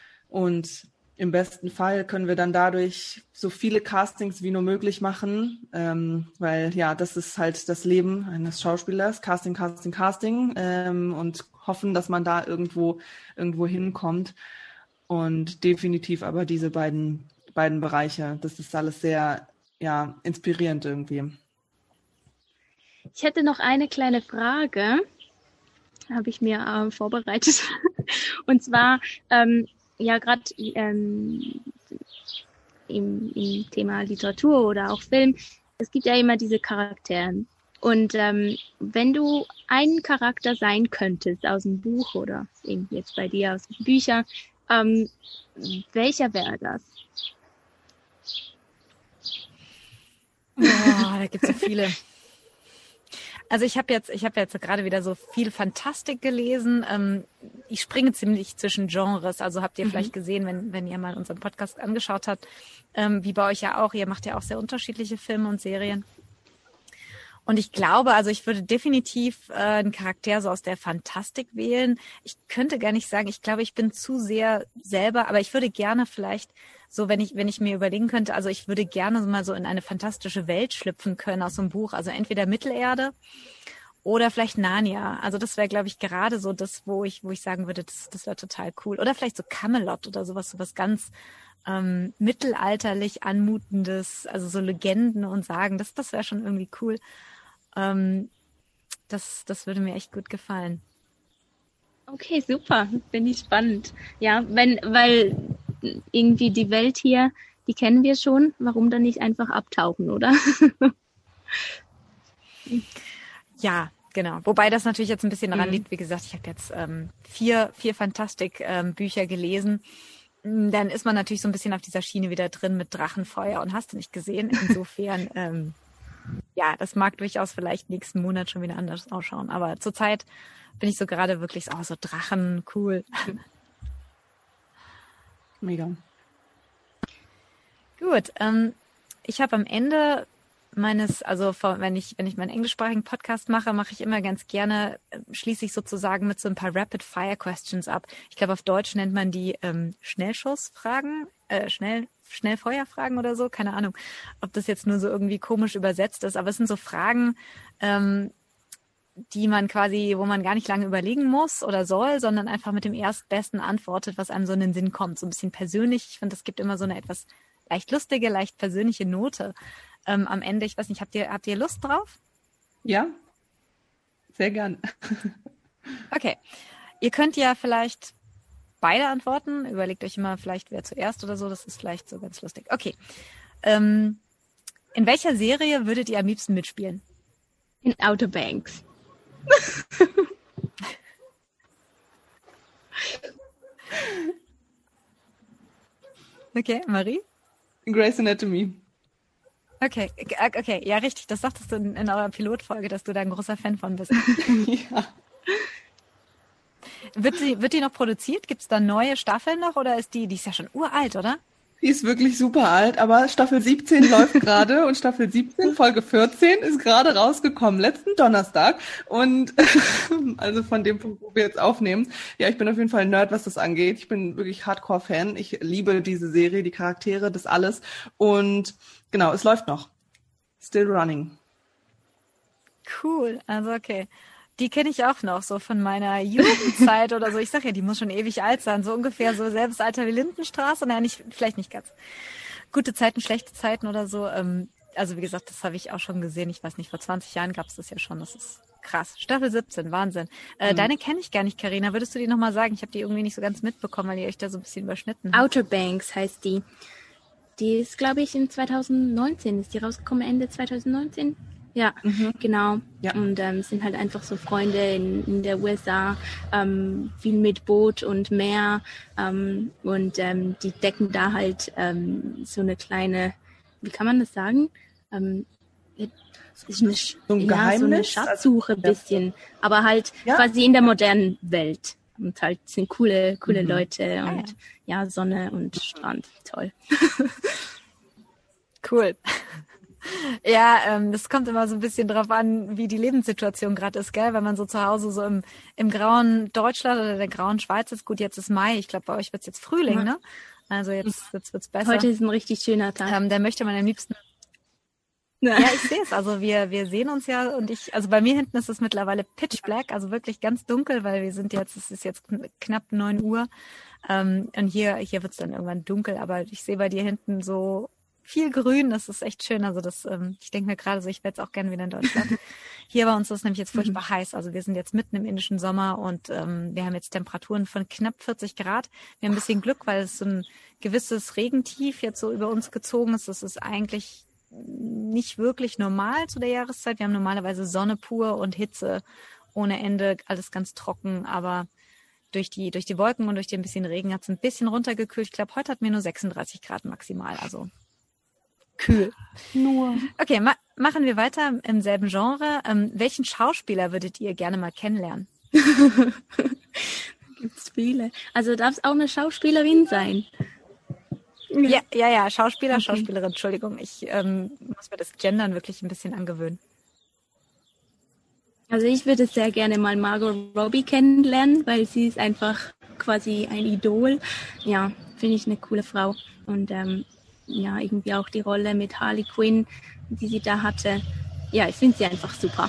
Speaker 3: und im besten Fall können wir dann dadurch so viele Castings wie nur möglich machen, ähm, weil ja, das ist halt das Leben eines Schauspielers, Casting, Casting, Casting ähm, und hoffen, dass man da irgendwo irgendwo hinkommt und definitiv aber diese beiden beiden Bereiche, das ist alles sehr ja inspirierend irgendwie.
Speaker 4: Ich hätte noch eine kleine Frage, habe ich mir äh, vorbereitet und zwar ähm, ja, gerade ähm, im, im Thema Literatur oder auch Film, es gibt ja immer diese Charaktere. Und ähm, wenn du einen Charakter sein könntest aus dem Buch oder eben jetzt bei dir aus den Büchern, ähm, welcher wäre das?
Speaker 2: Oh, da gibt es so viele. Also ich habe jetzt, ich habe jetzt gerade wieder so viel Fantastik gelesen. Ähm, ich springe ziemlich zwischen Genres. Also habt ihr mhm. vielleicht gesehen, wenn wenn ihr mal unseren Podcast angeschaut habt, ähm, wie bei euch ja auch. Ihr macht ja auch sehr unterschiedliche Filme und Serien. Und ich glaube, also ich würde definitiv äh, einen Charakter so aus der Fantastik wählen. Ich könnte gar nicht sagen, ich glaube, ich bin zu sehr selber, aber ich würde gerne vielleicht so, wenn ich wenn ich mir überlegen könnte, also ich würde gerne mal so in eine fantastische Welt schlüpfen können aus so einem Buch. Also entweder Mittelerde oder vielleicht Narnia. Also das wäre, glaube ich, gerade so das, wo ich wo ich sagen würde, das, das wäre total cool. Oder vielleicht so Camelot oder sowas, sowas ganz ähm, mittelalterlich anmutendes, also so Legenden und Sagen. Das, das wäre schon irgendwie cool. Ähm, das, das würde mir echt gut gefallen.
Speaker 4: Okay, super. Finde ich spannend. Ja, wenn, weil irgendwie die Welt hier, die kennen wir schon. Warum dann nicht einfach abtauchen, oder?
Speaker 2: Ja, genau. Wobei das natürlich jetzt ein bisschen daran
Speaker 3: Mhm.
Speaker 2: liegt. Wie gesagt, ich habe jetzt ähm, vier, vier Fantastik-Bücher gelesen. Dann ist man natürlich so ein bisschen auf dieser Schiene wieder drin mit Drachenfeuer und hast du nicht gesehen. Insofern, ähm, ja, das mag durchaus vielleicht nächsten Monat schon wieder anders ausschauen. Aber zurzeit bin ich so gerade wirklich so, oh, so Drachen, cool.
Speaker 3: Mega.
Speaker 2: Gut, ähm, ich habe am Ende meines, also vor- wenn ich wenn ich meinen englischsprachigen Podcast mache, mache ich immer ganz gerne, äh, schließe ich sozusagen mit so ein paar Rapid-Fire-Questions ab. Ich glaube, auf Deutsch nennt man die ähm, Schnellschussfragen, äh, schnell Schnellfeuerfragen oder so, keine Ahnung, ob das jetzt nur so irgendwie komisch übersetzt ist, aber es sind so Fragen, ähm, die man quasi, wo man gar nicht lange überlegen muss oder soll, sondern einfach mit dem Erstbesten antwortet, was einem so in den Sinn kommt. So ein bisschen persönlich. Ich finde, das gibt immer so eine etwas leicht lustige, leicht persönliche Note ähm, am Ende. Ich weiß nicht, habt ihr, habt ihr Lust drauf?
Speaker 3: Ja, sehr gern.
Speaker 2: Okay. Ihr könnt ja vielleicht beide antworten. Überlegt euch immer vielleicht, wer zuerst oder so. Das ist vielleicht so ganz lustig. Okay. Ähm, in welcher Serie würdet ihr am liebsten mitspielen?
Speaker 4: In Outer Banks.
Speaker 2: Okay, Marie?
Speaker 3: Grey's Anatomy.
Speaker 2: Okay, okay, okay, ja, richtig. Das sagtest du in, in eurer Pilotfolge, dass du da ein großer Fan von bist.
Speaker 3: Ja.
Speaker 2: Wird sie, wird die noch produziert? Gibt es da neue Staffeln noch oder ist die, die ist ja schon uralt, oder?
Speaker 3: Die ist wirklich super alt, aber Staffel siebzehn läuft gerade und Staffel siebzehn, Folge vierzehn, ist gerade rausgekommen, letzten Donnerstag. Und also von dem Punkt, wo wir jetzt aufnehmen. Ja, ich bin auf jeden Fall ein Nerd, was das angeht. Ich bin wirklich Hardcore-Fan. Ich liebe diese Serie, die Charaktere, das alles. Und genau, es läuft noch. Still running.
Speaker 2: Cool, also okay. Die kenne ich auch noch, so von meiner Jugendzeit oder so. Ich sag ja, die muss schon ewig alt sein. So ungefähr so selbes Alter wie Lindenstraße. Naja, nicht, vielleicht nicht ganz. Gute Zeiten, schlechte Zeiten oder so. Ähm, also wie gesagt, das habe ich auch schon gesehen. Ich weiß nicht, vor zwanzig Jahren gab es das ja schon. Das ist krass. Staffel siebzehn, Wahnsinn. Äh, mhm. Deine kenne ich gar nicht, Carina. Würdest du die nochmal sagen? Ich habe die irgendwie nicht so ganz mitbekommen, weil ihr euch da so ein bisschen überschnitten habt.
Speaker 4: Outer Banks heißt die. Die ist, glaube ich, in zwanzig neunzehn. Ist die rausgekommen, Ende zwanzig neunzehn? Ja, mhm. genau. Ja. Und ähm, sind halt einfach so Freunde in, in der U S A, ähm, viel mit Boot und Meer. Ähm, und ähm, die decken da halt ähm, so eine kleine, wie kann man das sagen? Ähm, ist eine,
Speaker 3: so ein
Speaker 4: ja,
Speaker 3: Geheimnis?
Speaker 4: So eine Schatzsuche ein bisschen. Aber halt ja? quasi in der modernen Welt. Und halt sind coole, coole mhm. Leute und ah, ja. ja, Sonne und Strand. Toll.
Speaker 2: Cool. Ja, ähm, das kommt immer so ein bisschen drauf an, wie die Lebenssituation gerade ist, gell? Wenn man so zu Hause so im, im grauen Deutschland oder der grauen Schweiz ist, gut, jetzt ist Mai, ich glaube, bei euch wird's jetzt Frühling, ja. ne? Also jetzt, jetzt wird's besser.
Speaker 4: Heute ist ein richtig schöner Tag.
Speaker 2: Ähm, da möchte man am liebsten... Ja, ich sehe es. Also wir wir sehen uns ja und ich, also bei mir hinten ist es mittlerweile pitch black, also wirklich ganz dunkel, weil wir sind jetzt, es ist jetzt knapp neun Uhr ähm, und hier hier wird's dann irgendwann dunkel, aber ich sehe bei dir hinten so viel Grün, das ist echt schön. Also das, ähm, ich denke mir gerade so, ich wäre jetzt auch gerne wieder in Deutschland. Hier bei uns ist es nämlich jetzt furchtbar heiß. Also wir sind jetzt mitten im indischen Sommer und ähm, wir haben jetzt Temperaturen von knapp vierzig Grad. Wir haben ein bisschen Glück, weil es so ein gewisses Regentief jetzt so über uns gezogen ist. Das ist eigentlich nicht wirklich normal zu der Jahreszeit. Wir haben normalerweise Sonne pur und Hitze ohne Ende, alles ganz trocken, aber durch die durch die Wolken und durch den bisschen Regen hat es ein bisschen runtergekühlt. Ich glaube, heute hat mir nur sechsunddreißig Grad maximal, also kühl.
Speaker 3: Nur.
Speaker 2: Okay, ma- machen wir weiter im selben Genre. Ähm, welchen Schauspieler würdet ihr gerne mal kennenlernen?
Speaker 4: Gibt's viele. Also darf es auch eine Schauspielerin sein?
Speaker 2: Ja, ja, ja, Schauspieler, okay. Schauspielerin, Entschuldigung. Ich ähm, muss mir das Gendern wirklich ein bisschen angewöhnen.
Speaker 4: Also ich würde sehr gerne mal Margot Robbie kennenlernen, weil sie ist einfach quasi ein Idol. Ja, finde ich eine coole Frau. Und ähm, ja, irgendwie auch die Rolle mit Harley Quinn, die sie da hatte. Ja, ich finde sie einfach super.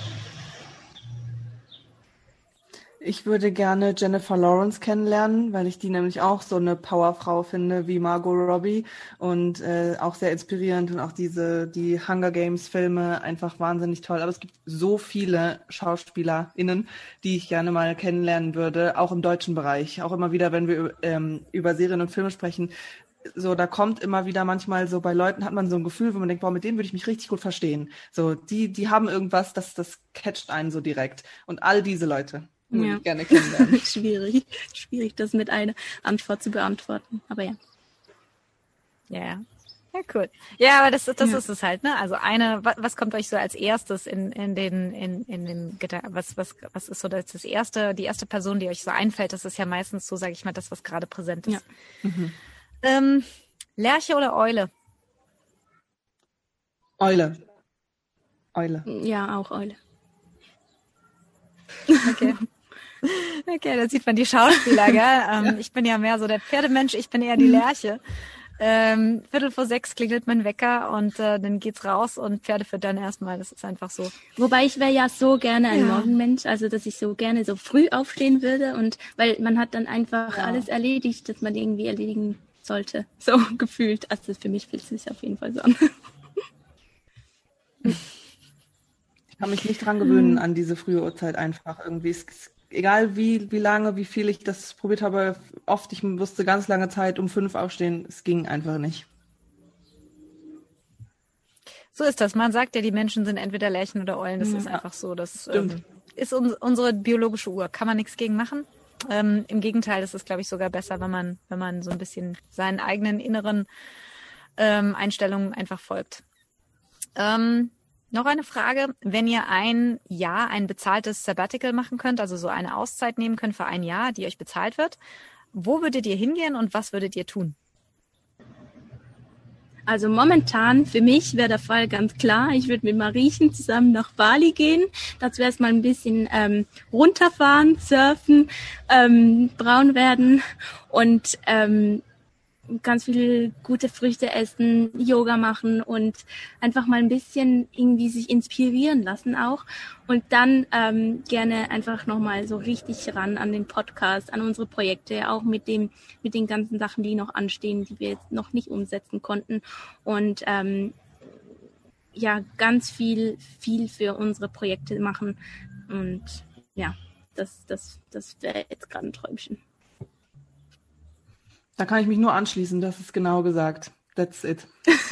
Speaker 3: Ich würde gerne Jennifer Lawrence kennenlernen, weil ich die nämlich auch so eine Powerfrau finde wie Margot Robbie und äh, auch sehr inspirierend und auch diese die Hunger Games Filme einfach wahnsinnig toll. Aber es gibt so viele SchauspielerInnen, die ich gerne mal kennenlernen würde, auch im deutschen Bereich. Auch immer wieder, wenn wir ähm, über Serien und Filme sprechen, so da kommt immer wieder manchmal so bei Leuten hat man so ein Gefühl, wo man denkt, boah, mit denen würde ich mich richtig gut verstehen. So die die haben irgendwas, das das catcht einen so direkt. Und all diese Leute würde
Speaker 4: Ja.
Speaker 3: ich gerne kennenlernen.
Speaker 4: schwierig, schwierig, das mit einer Antwort zu beantworten. Aber ja.
Speaker 2: Ja, ja. Ja, cool. Ja, aber das, das
Speaker 4: Ja.
Speaker 2: ist es halt, ne? Also eine, was, was kommt euch so als erstes in, in den, in, in den Gedanken, was, was, was ist so das, das erste, die erste Person, die euch so einfällt? Das ist ja meistens so, sage ich mal, das, was gerade präsent ist.
Speaker 4: Ja.
Speaker 3: Mhm.
Speaker 2: Ähm, Lerche oder Eule?
Speaker 3: Eule. Eule.
Speaker 4: Ja, auch Eule.
Speaker 2: Okay. Okay, da sieht man die Schauspieler, gell? Ähm, ich bin ja mehr so der Pferdemensch, ich bin eher die Lerche. Ähm, Viertel vor sechs klingelt mein Wecker und äh, dann geht's raus und Pferde füttern erstmal. Das ist einfach so.
Speaker 4: Wobei ich wäre ja so gerne ein
Speaker 2: Ja.
Speaker 4: Morgenmensch, also dass ich so gerne so früh aufstehen würde und weil man hat dann einfach
Speaker 3: Ja.
Speaker 4: alles erledigt, das man irgendwie erledigen sollte. So gefühlt. Also für mich fühlt es sich auf jeden Fall so an.
Speaker 3: Ich kann mich nicht dran gewöhnen an diese frühe Uhrzeit einfach irgendwie. Es, es, egal wie, wie lange, wie viel ich das probiert habe, oft, ich musste ganz lange Zeit um fünf aufstehen. Es ging einfach nicht.
Speaker 2: So ist das. Man sagt ja, die Menschen sind entweder Lerchen oder Eulen. Das
Speaker 4: Ja.
Speaker 2: ist einfach so. Das
Speaker 3: Stimmt.
Speaker 2: ähm, ist uns, unsere biologische Uhr. Kann man nichts gegen machen. Ähm, Im Gegenteil, das ist, glaube ich, sogar besser, wenn man, wenn man so ein bisschen seinen eigenen inneren ähm, Einstellungen einfach folgt. Ähm, noch eine Frage. Wenn ihr ein Jahr ein bezahltes Sabbatical machen könnt, also so eine Auszeit nehmen könnt für ein Jahr, die euch bezahlt wird, wo würdet ihr hingehen und was würdet ihr tun?
Speaker 4: Also momentan für mich wäre der Fall ganz klar, ich würde mit Mariechen zusammen nach Bali gehen. Dazu erstmal ein bisschen ähm, runterfahren, surfen, ähm, braun werden und ähm, ganz viele gute Früchte essen, Yoga machen und einfach mal ein bisschen irgendwie sich inspirieren lassen auch. Und dann ähm, gerne einfach nochmal so richtig ran an den Podcast, an unsere Projekte, auch mit dem mit den ganzen Sachen, die noch anstehen, die wir jetzt noch nicht umsetzen konnten. Und ähm, ja, ganz viel, viel für unsere Projekte machen. Und ja, das, das, das wäre jetzt gerade ein Träumchen.
Speaker 3: Da kann ich mich nur anschließen, das ist genau gesagt. That's it.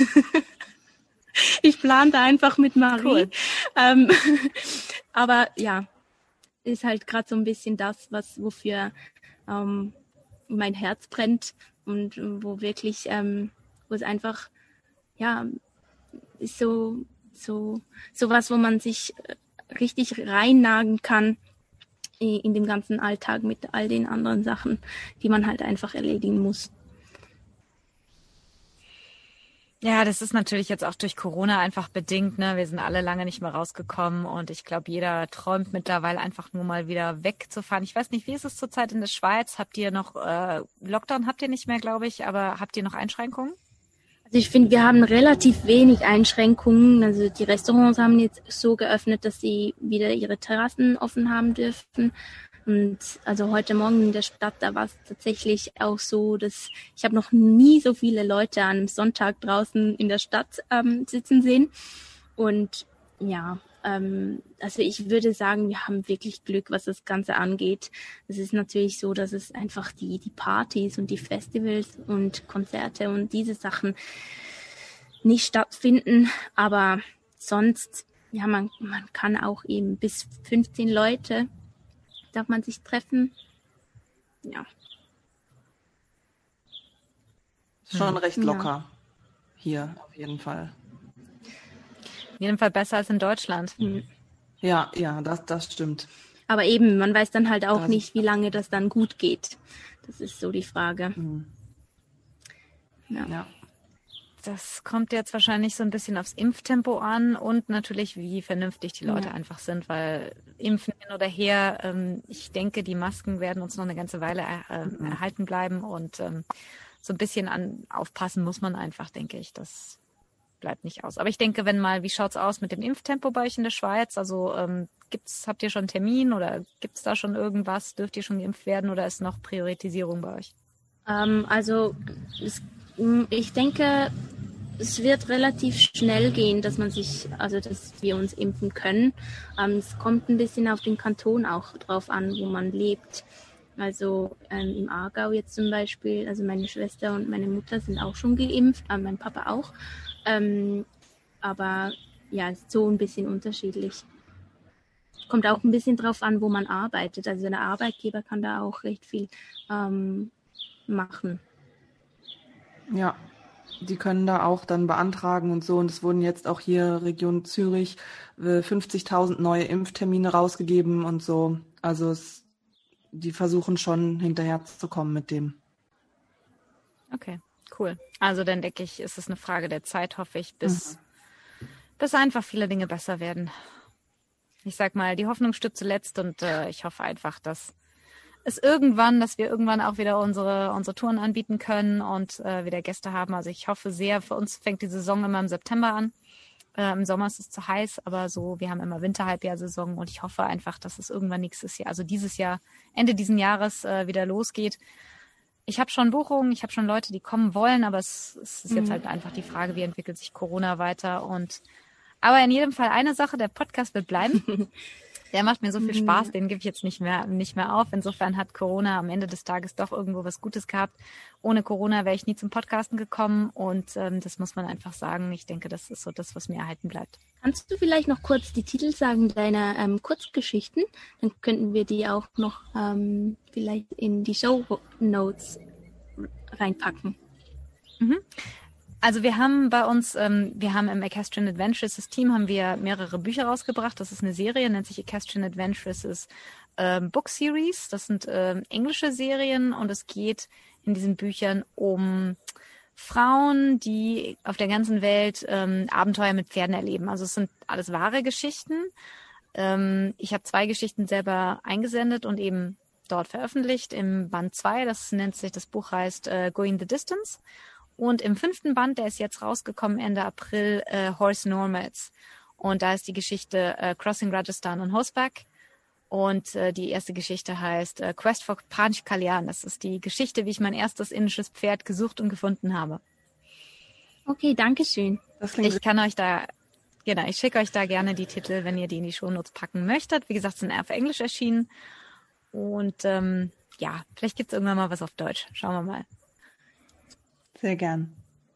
Speaker 4: Ich plante einfach mit Marie.
Speaker 2: Cool.
Speaker 4: Ähm, aber ja, ist halt gerade so ein bisschen das, was wofür ähm, mein Herz brennt und wo wirklich, ähm, wo es einfach, ja, ist so, so, sowas, wo man sich richtig reinnagen kann in dem ganzen Alltag mit all den anderen Sachen, die man halt einfach erledigen muss.
Speaker 2: Ja, das ist natürlich jetzt auch durch Corona einfach bedingt, ne? Wir sind alle lange nicht mehr rausgekommen und ich glaube, jeder träumt mittlerweile einfach nur mal wieder wegzufahren. Ich weiß nicht, wie ist es zurzeit in der Schweiz? Habt ihr noch äh, Lockdown? Habt ihr nicht mehr, glaube ich, aber habt ihr noch Einschränkungen?
Speaker 4: Also ich finde, wir haben relativ wenig Einschränkungen. Also die Restaurants haben jetzt so geöffnet, dass sie wieder ihre Terrassen offen haben dürfen. Und also heute Morgen in der Stadt, da war es tatsächlich auch so, dass ich habe noch nie so viele Leute an einem Sonntag draußen in der Stadt ähm, sitzen sehen. Und ja, ähm, also ich würde sagen, wir haben wirklich Glück, was das Ganze angeht. Es ist natürlich so, dass es einfach die, die Partys und die Festivals und Konzerte und diese Sachen nicht stattfinden. Aber sonst, ja, man, man kann auch eben bis fünfzehn Leute darf man sich treffen. Ja.
Speaker 3: Schon recht
Speaker 4: Ja.
Speaker 3: locker hier, auf jeden Fall.
Speaker 2: Auf jeden Fall besser als in Deutschland.
Speaker 4: Mhm.
Speaker 3: Ja, ja, das, das stimmt.
Speaker 4: Aber eben, man weiß dann halt auch
Speaker 3: Das-
Speaker 4: nicht, wie lange das dann gut geht. Das ist so die Frage.
Speaker 3: Mhm.
Speaker 4: Ja.
Speaker 3: Ja.
Speaker 2: das kommt jetzt wahrscheinlich so ein bisschen aufs Impftempo an und natürlich, wie vernünftig die Leute ja. einfach sind, weil impfen hin oder her, ähm, ich denke, die Masken werden uns noch eine ganze Weile er, äh, mhm. erhalten bleiben und ähm, so ein bisschen an aufpassen muss man einfach, denke ich. Das bleibt nicht aus. Aber ich denke, wenn mal, wie schaut's aus mit dem Impftempo bei euch in der Schweiz? Also ähm, gibt's, habt ihr schon einen Termin oder gibt's da schon irgendwas? Dürft ihr schon geimpft werden oder ist noch Priorisierung bei euch?
Speaker 4: Ähm, also es, ich denke, es wird relativ schnell gehen, dass man sich, also dass wir uns impfen können. Ähm, es kommt ein bisschen auf den Kanton auch drauf an, wo man lebt. Also ähm, im Aargau jetzt zum Beispiel, also meine Schwester und meine Mutter sind auch schon geimpft, äh, mein Papa auch. Ähm, aber ja, ist so ein bisschen unterschiedlich. Kommt auch ein bisschen drauf an, wo man arbeitet. Also der Arbeitgeber kann da auch recht viel ähm, machen.
Speaker 3: Ja, die können da auch dann beantragen und so. Und es wurden jetzt auch hier Region Zürich äh, fünfzigtausend neue Impftermine rausgegeben und so. Also es, die versuchen schon hinterher zu kommen mit dem.
Speaker 2: Okay, cool. Also dann denke ich, ist es eine Frage der Zeit, hoffe ich, bis, mhm. bis einfach viele Dinge besser werden. Ich sag mal, die Hoffnung stirbt zuletzt und äh, ich hoffe einfach, dass es irgendwann, dass wir irgendwann auch wieder unsere unsere Touren anbieten können und äh, wieder Gäste haben. Also ich hoffe sehr, für uns fängt die Saison immer im September an. Äh, Im Sommer ist es zu heiß, aber so, wir haben immer Winterhalbjahrsaison und ich hoffe einfach, dass es irgendwann nächstes Jahr, also dieses Jahr, Ende diesen Jahres äh, wieder losgeht. Ich habe schon Buchungen, ich habe schon Leute, die kommen wollen, aber es, es ist jetzt mhm. halt einfach die Frage, wie entwickelt sich Corona weiter und aber in jedem Fall eine Sache, der Podcast wird bleiben. Der macht mir so viel Spaß, den gebe ich jetzt nicht mehr nicht mehr auf. Insofern hat Corona am Ende des Tages doch irgendwo was Gutes gehabt. Ohne Corona wäre ich nie zum Podcasten gekommen und ähm, das muss man einfach sagen. Ich denke, das ist so das, was mir erhalten bleibt.
Speaker 4: Kannst du vielleicht noch kurz die Titel sagen deiner ähm, Kurzgeschichten? Dann könnten wir die auch noch ähm, vielleicht in die Show Notes reinpacken.
Speaker 2: Mhm. Also wir haben bei uns, ähm, wir haben im Equestrian Adventures, das Team, haben wir mehrere Bücher rausgebracht. Das ist eine Serie, nennt sich Equestrian Adventures ähm, Book Series. Das sind ähm, englische Serien und es geht in diesen Büchern um Frauen, die auf der ganzen Welt ähm, Abenteuer mit Pferden erleben. Also es sind alles wahre Geschichten. Ähm, ich habe zwei Geschichten selber eingesendet und eben dort veröffentlicht im Band zwei. Das nennt sich, das Buch heißt äh, Going the Distance. Und im fünften Band, der ist jetzt rausgekommen Ende April, äh, Horse Nomads. Und da ist die Geschichte äh, Crossing Rajasthan on Horseback. Und äh, die erste Geschichte heißt äh, Quest for Panch Kalyan. Das ist die Geschichte, wie ich mein erstes indisches Pferd gesucht und gefunden habe.
Speaker 4: Okay, danke schön.
Speaker 2: Ich kann euch da, genau, ich schicke euch da gerne die Titel, wenn ihr die in die Shownotes packen möchtet. Wie gesagt, sind auf Englisch erschienen. Und ähm, ja, vielleicht gibt es irgendwann mal was auf Deutsch. Schauen wir mal.
Speaker 3: Sehr gern.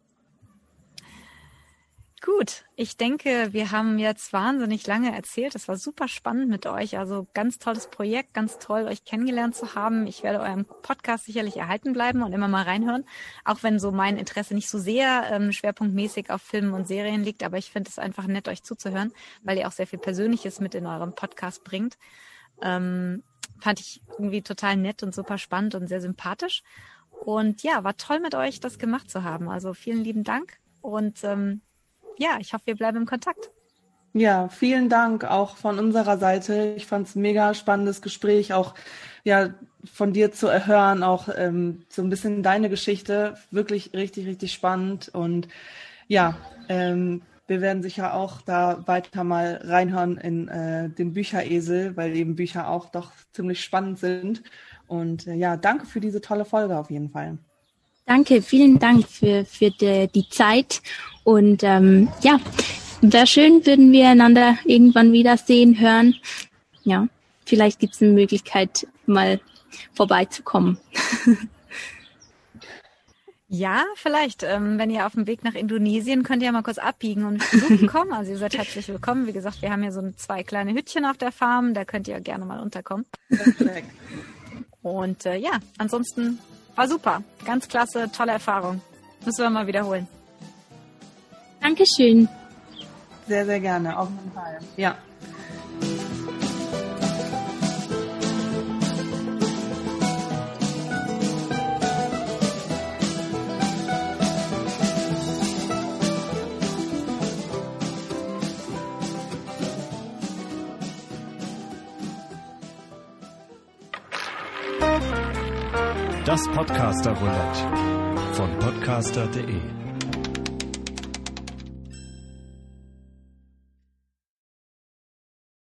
Speaker 2: Gut, ich denke, wir haben jetzt wahnsinnig lange erzählt. Es war super spannend mit euch. Also ganz tolles Projekt, ganz toll, euch kennengelernt zu haben. Ich werde eurem Podcast sicherlich erhalten bleiben und immer mal reinhören. Auch wenn so mein Interesse nicht so sehr ähm, schwerpunktmäßig auf Filmen und Serien liegt. Aber ich finde es einfach nett, euch zuzuhören, weil ihr auch sehr viel Persönliches mit in eurem Podcast bringt. Ähm, fand ich irgendwie total nett und super spannend und sehr sympathisch. Und ja, war toll mit euch, das gemacht zu haben. Also vielen lieben Dank und ähm, ja, ich hoffe, wir bleiben im Kontakt.
Speaker 3: Ja, vielen Dank auch von unserer Seite. Ich fand es ein mega spannendes Gespräch, auch ja von dir zu erhören, auch ähm, so ein bisschen deine Geschichte. Wirklich richtig, richtig spannend. Und ja, ähm, wir werden sicher auch da weiter mal reinhören in äh, den Bücheresel, weil eben Bücher auch doch ziemlich spannend sind. Und äh, ja, danke für diese tolle Folge auf jeden Fall.
Speaker 4: Danke, vielen Dank für, für die, die Zeit. Und ähm, ja, wäre schön, würden wir einander irgendwann wiedersehen, hören. Ja, vielleicht gibt es eine Möglichkeit, mal vorbeizukommen.
Speaker 2: Ja, vielleicht. Ähm, wenn ihr auf dem Weg nach Indonesien, könnt ihr ja mal kurz abbiegen und besuchen kommen. Also ihr seid herzlich willkommen. Wie gesagt, wir haben hier so zwei kleine Hütchen auf der Farm. Da könnt ihr gerne mal unterkommen.
Speaker 3: Perfekt.
Speaker 2: Und äh, ja, ansonsten war super. Ganz klasse, tolle Erfahrung. Müssen wir mal wiederholen.
Speaker 4: Dankeschön.
Speaker 3: Sehr, sehr gerne. Auf jeden Fall. Ja.
Speaker 1: Das Podcaster Roulette von podcaster punkt de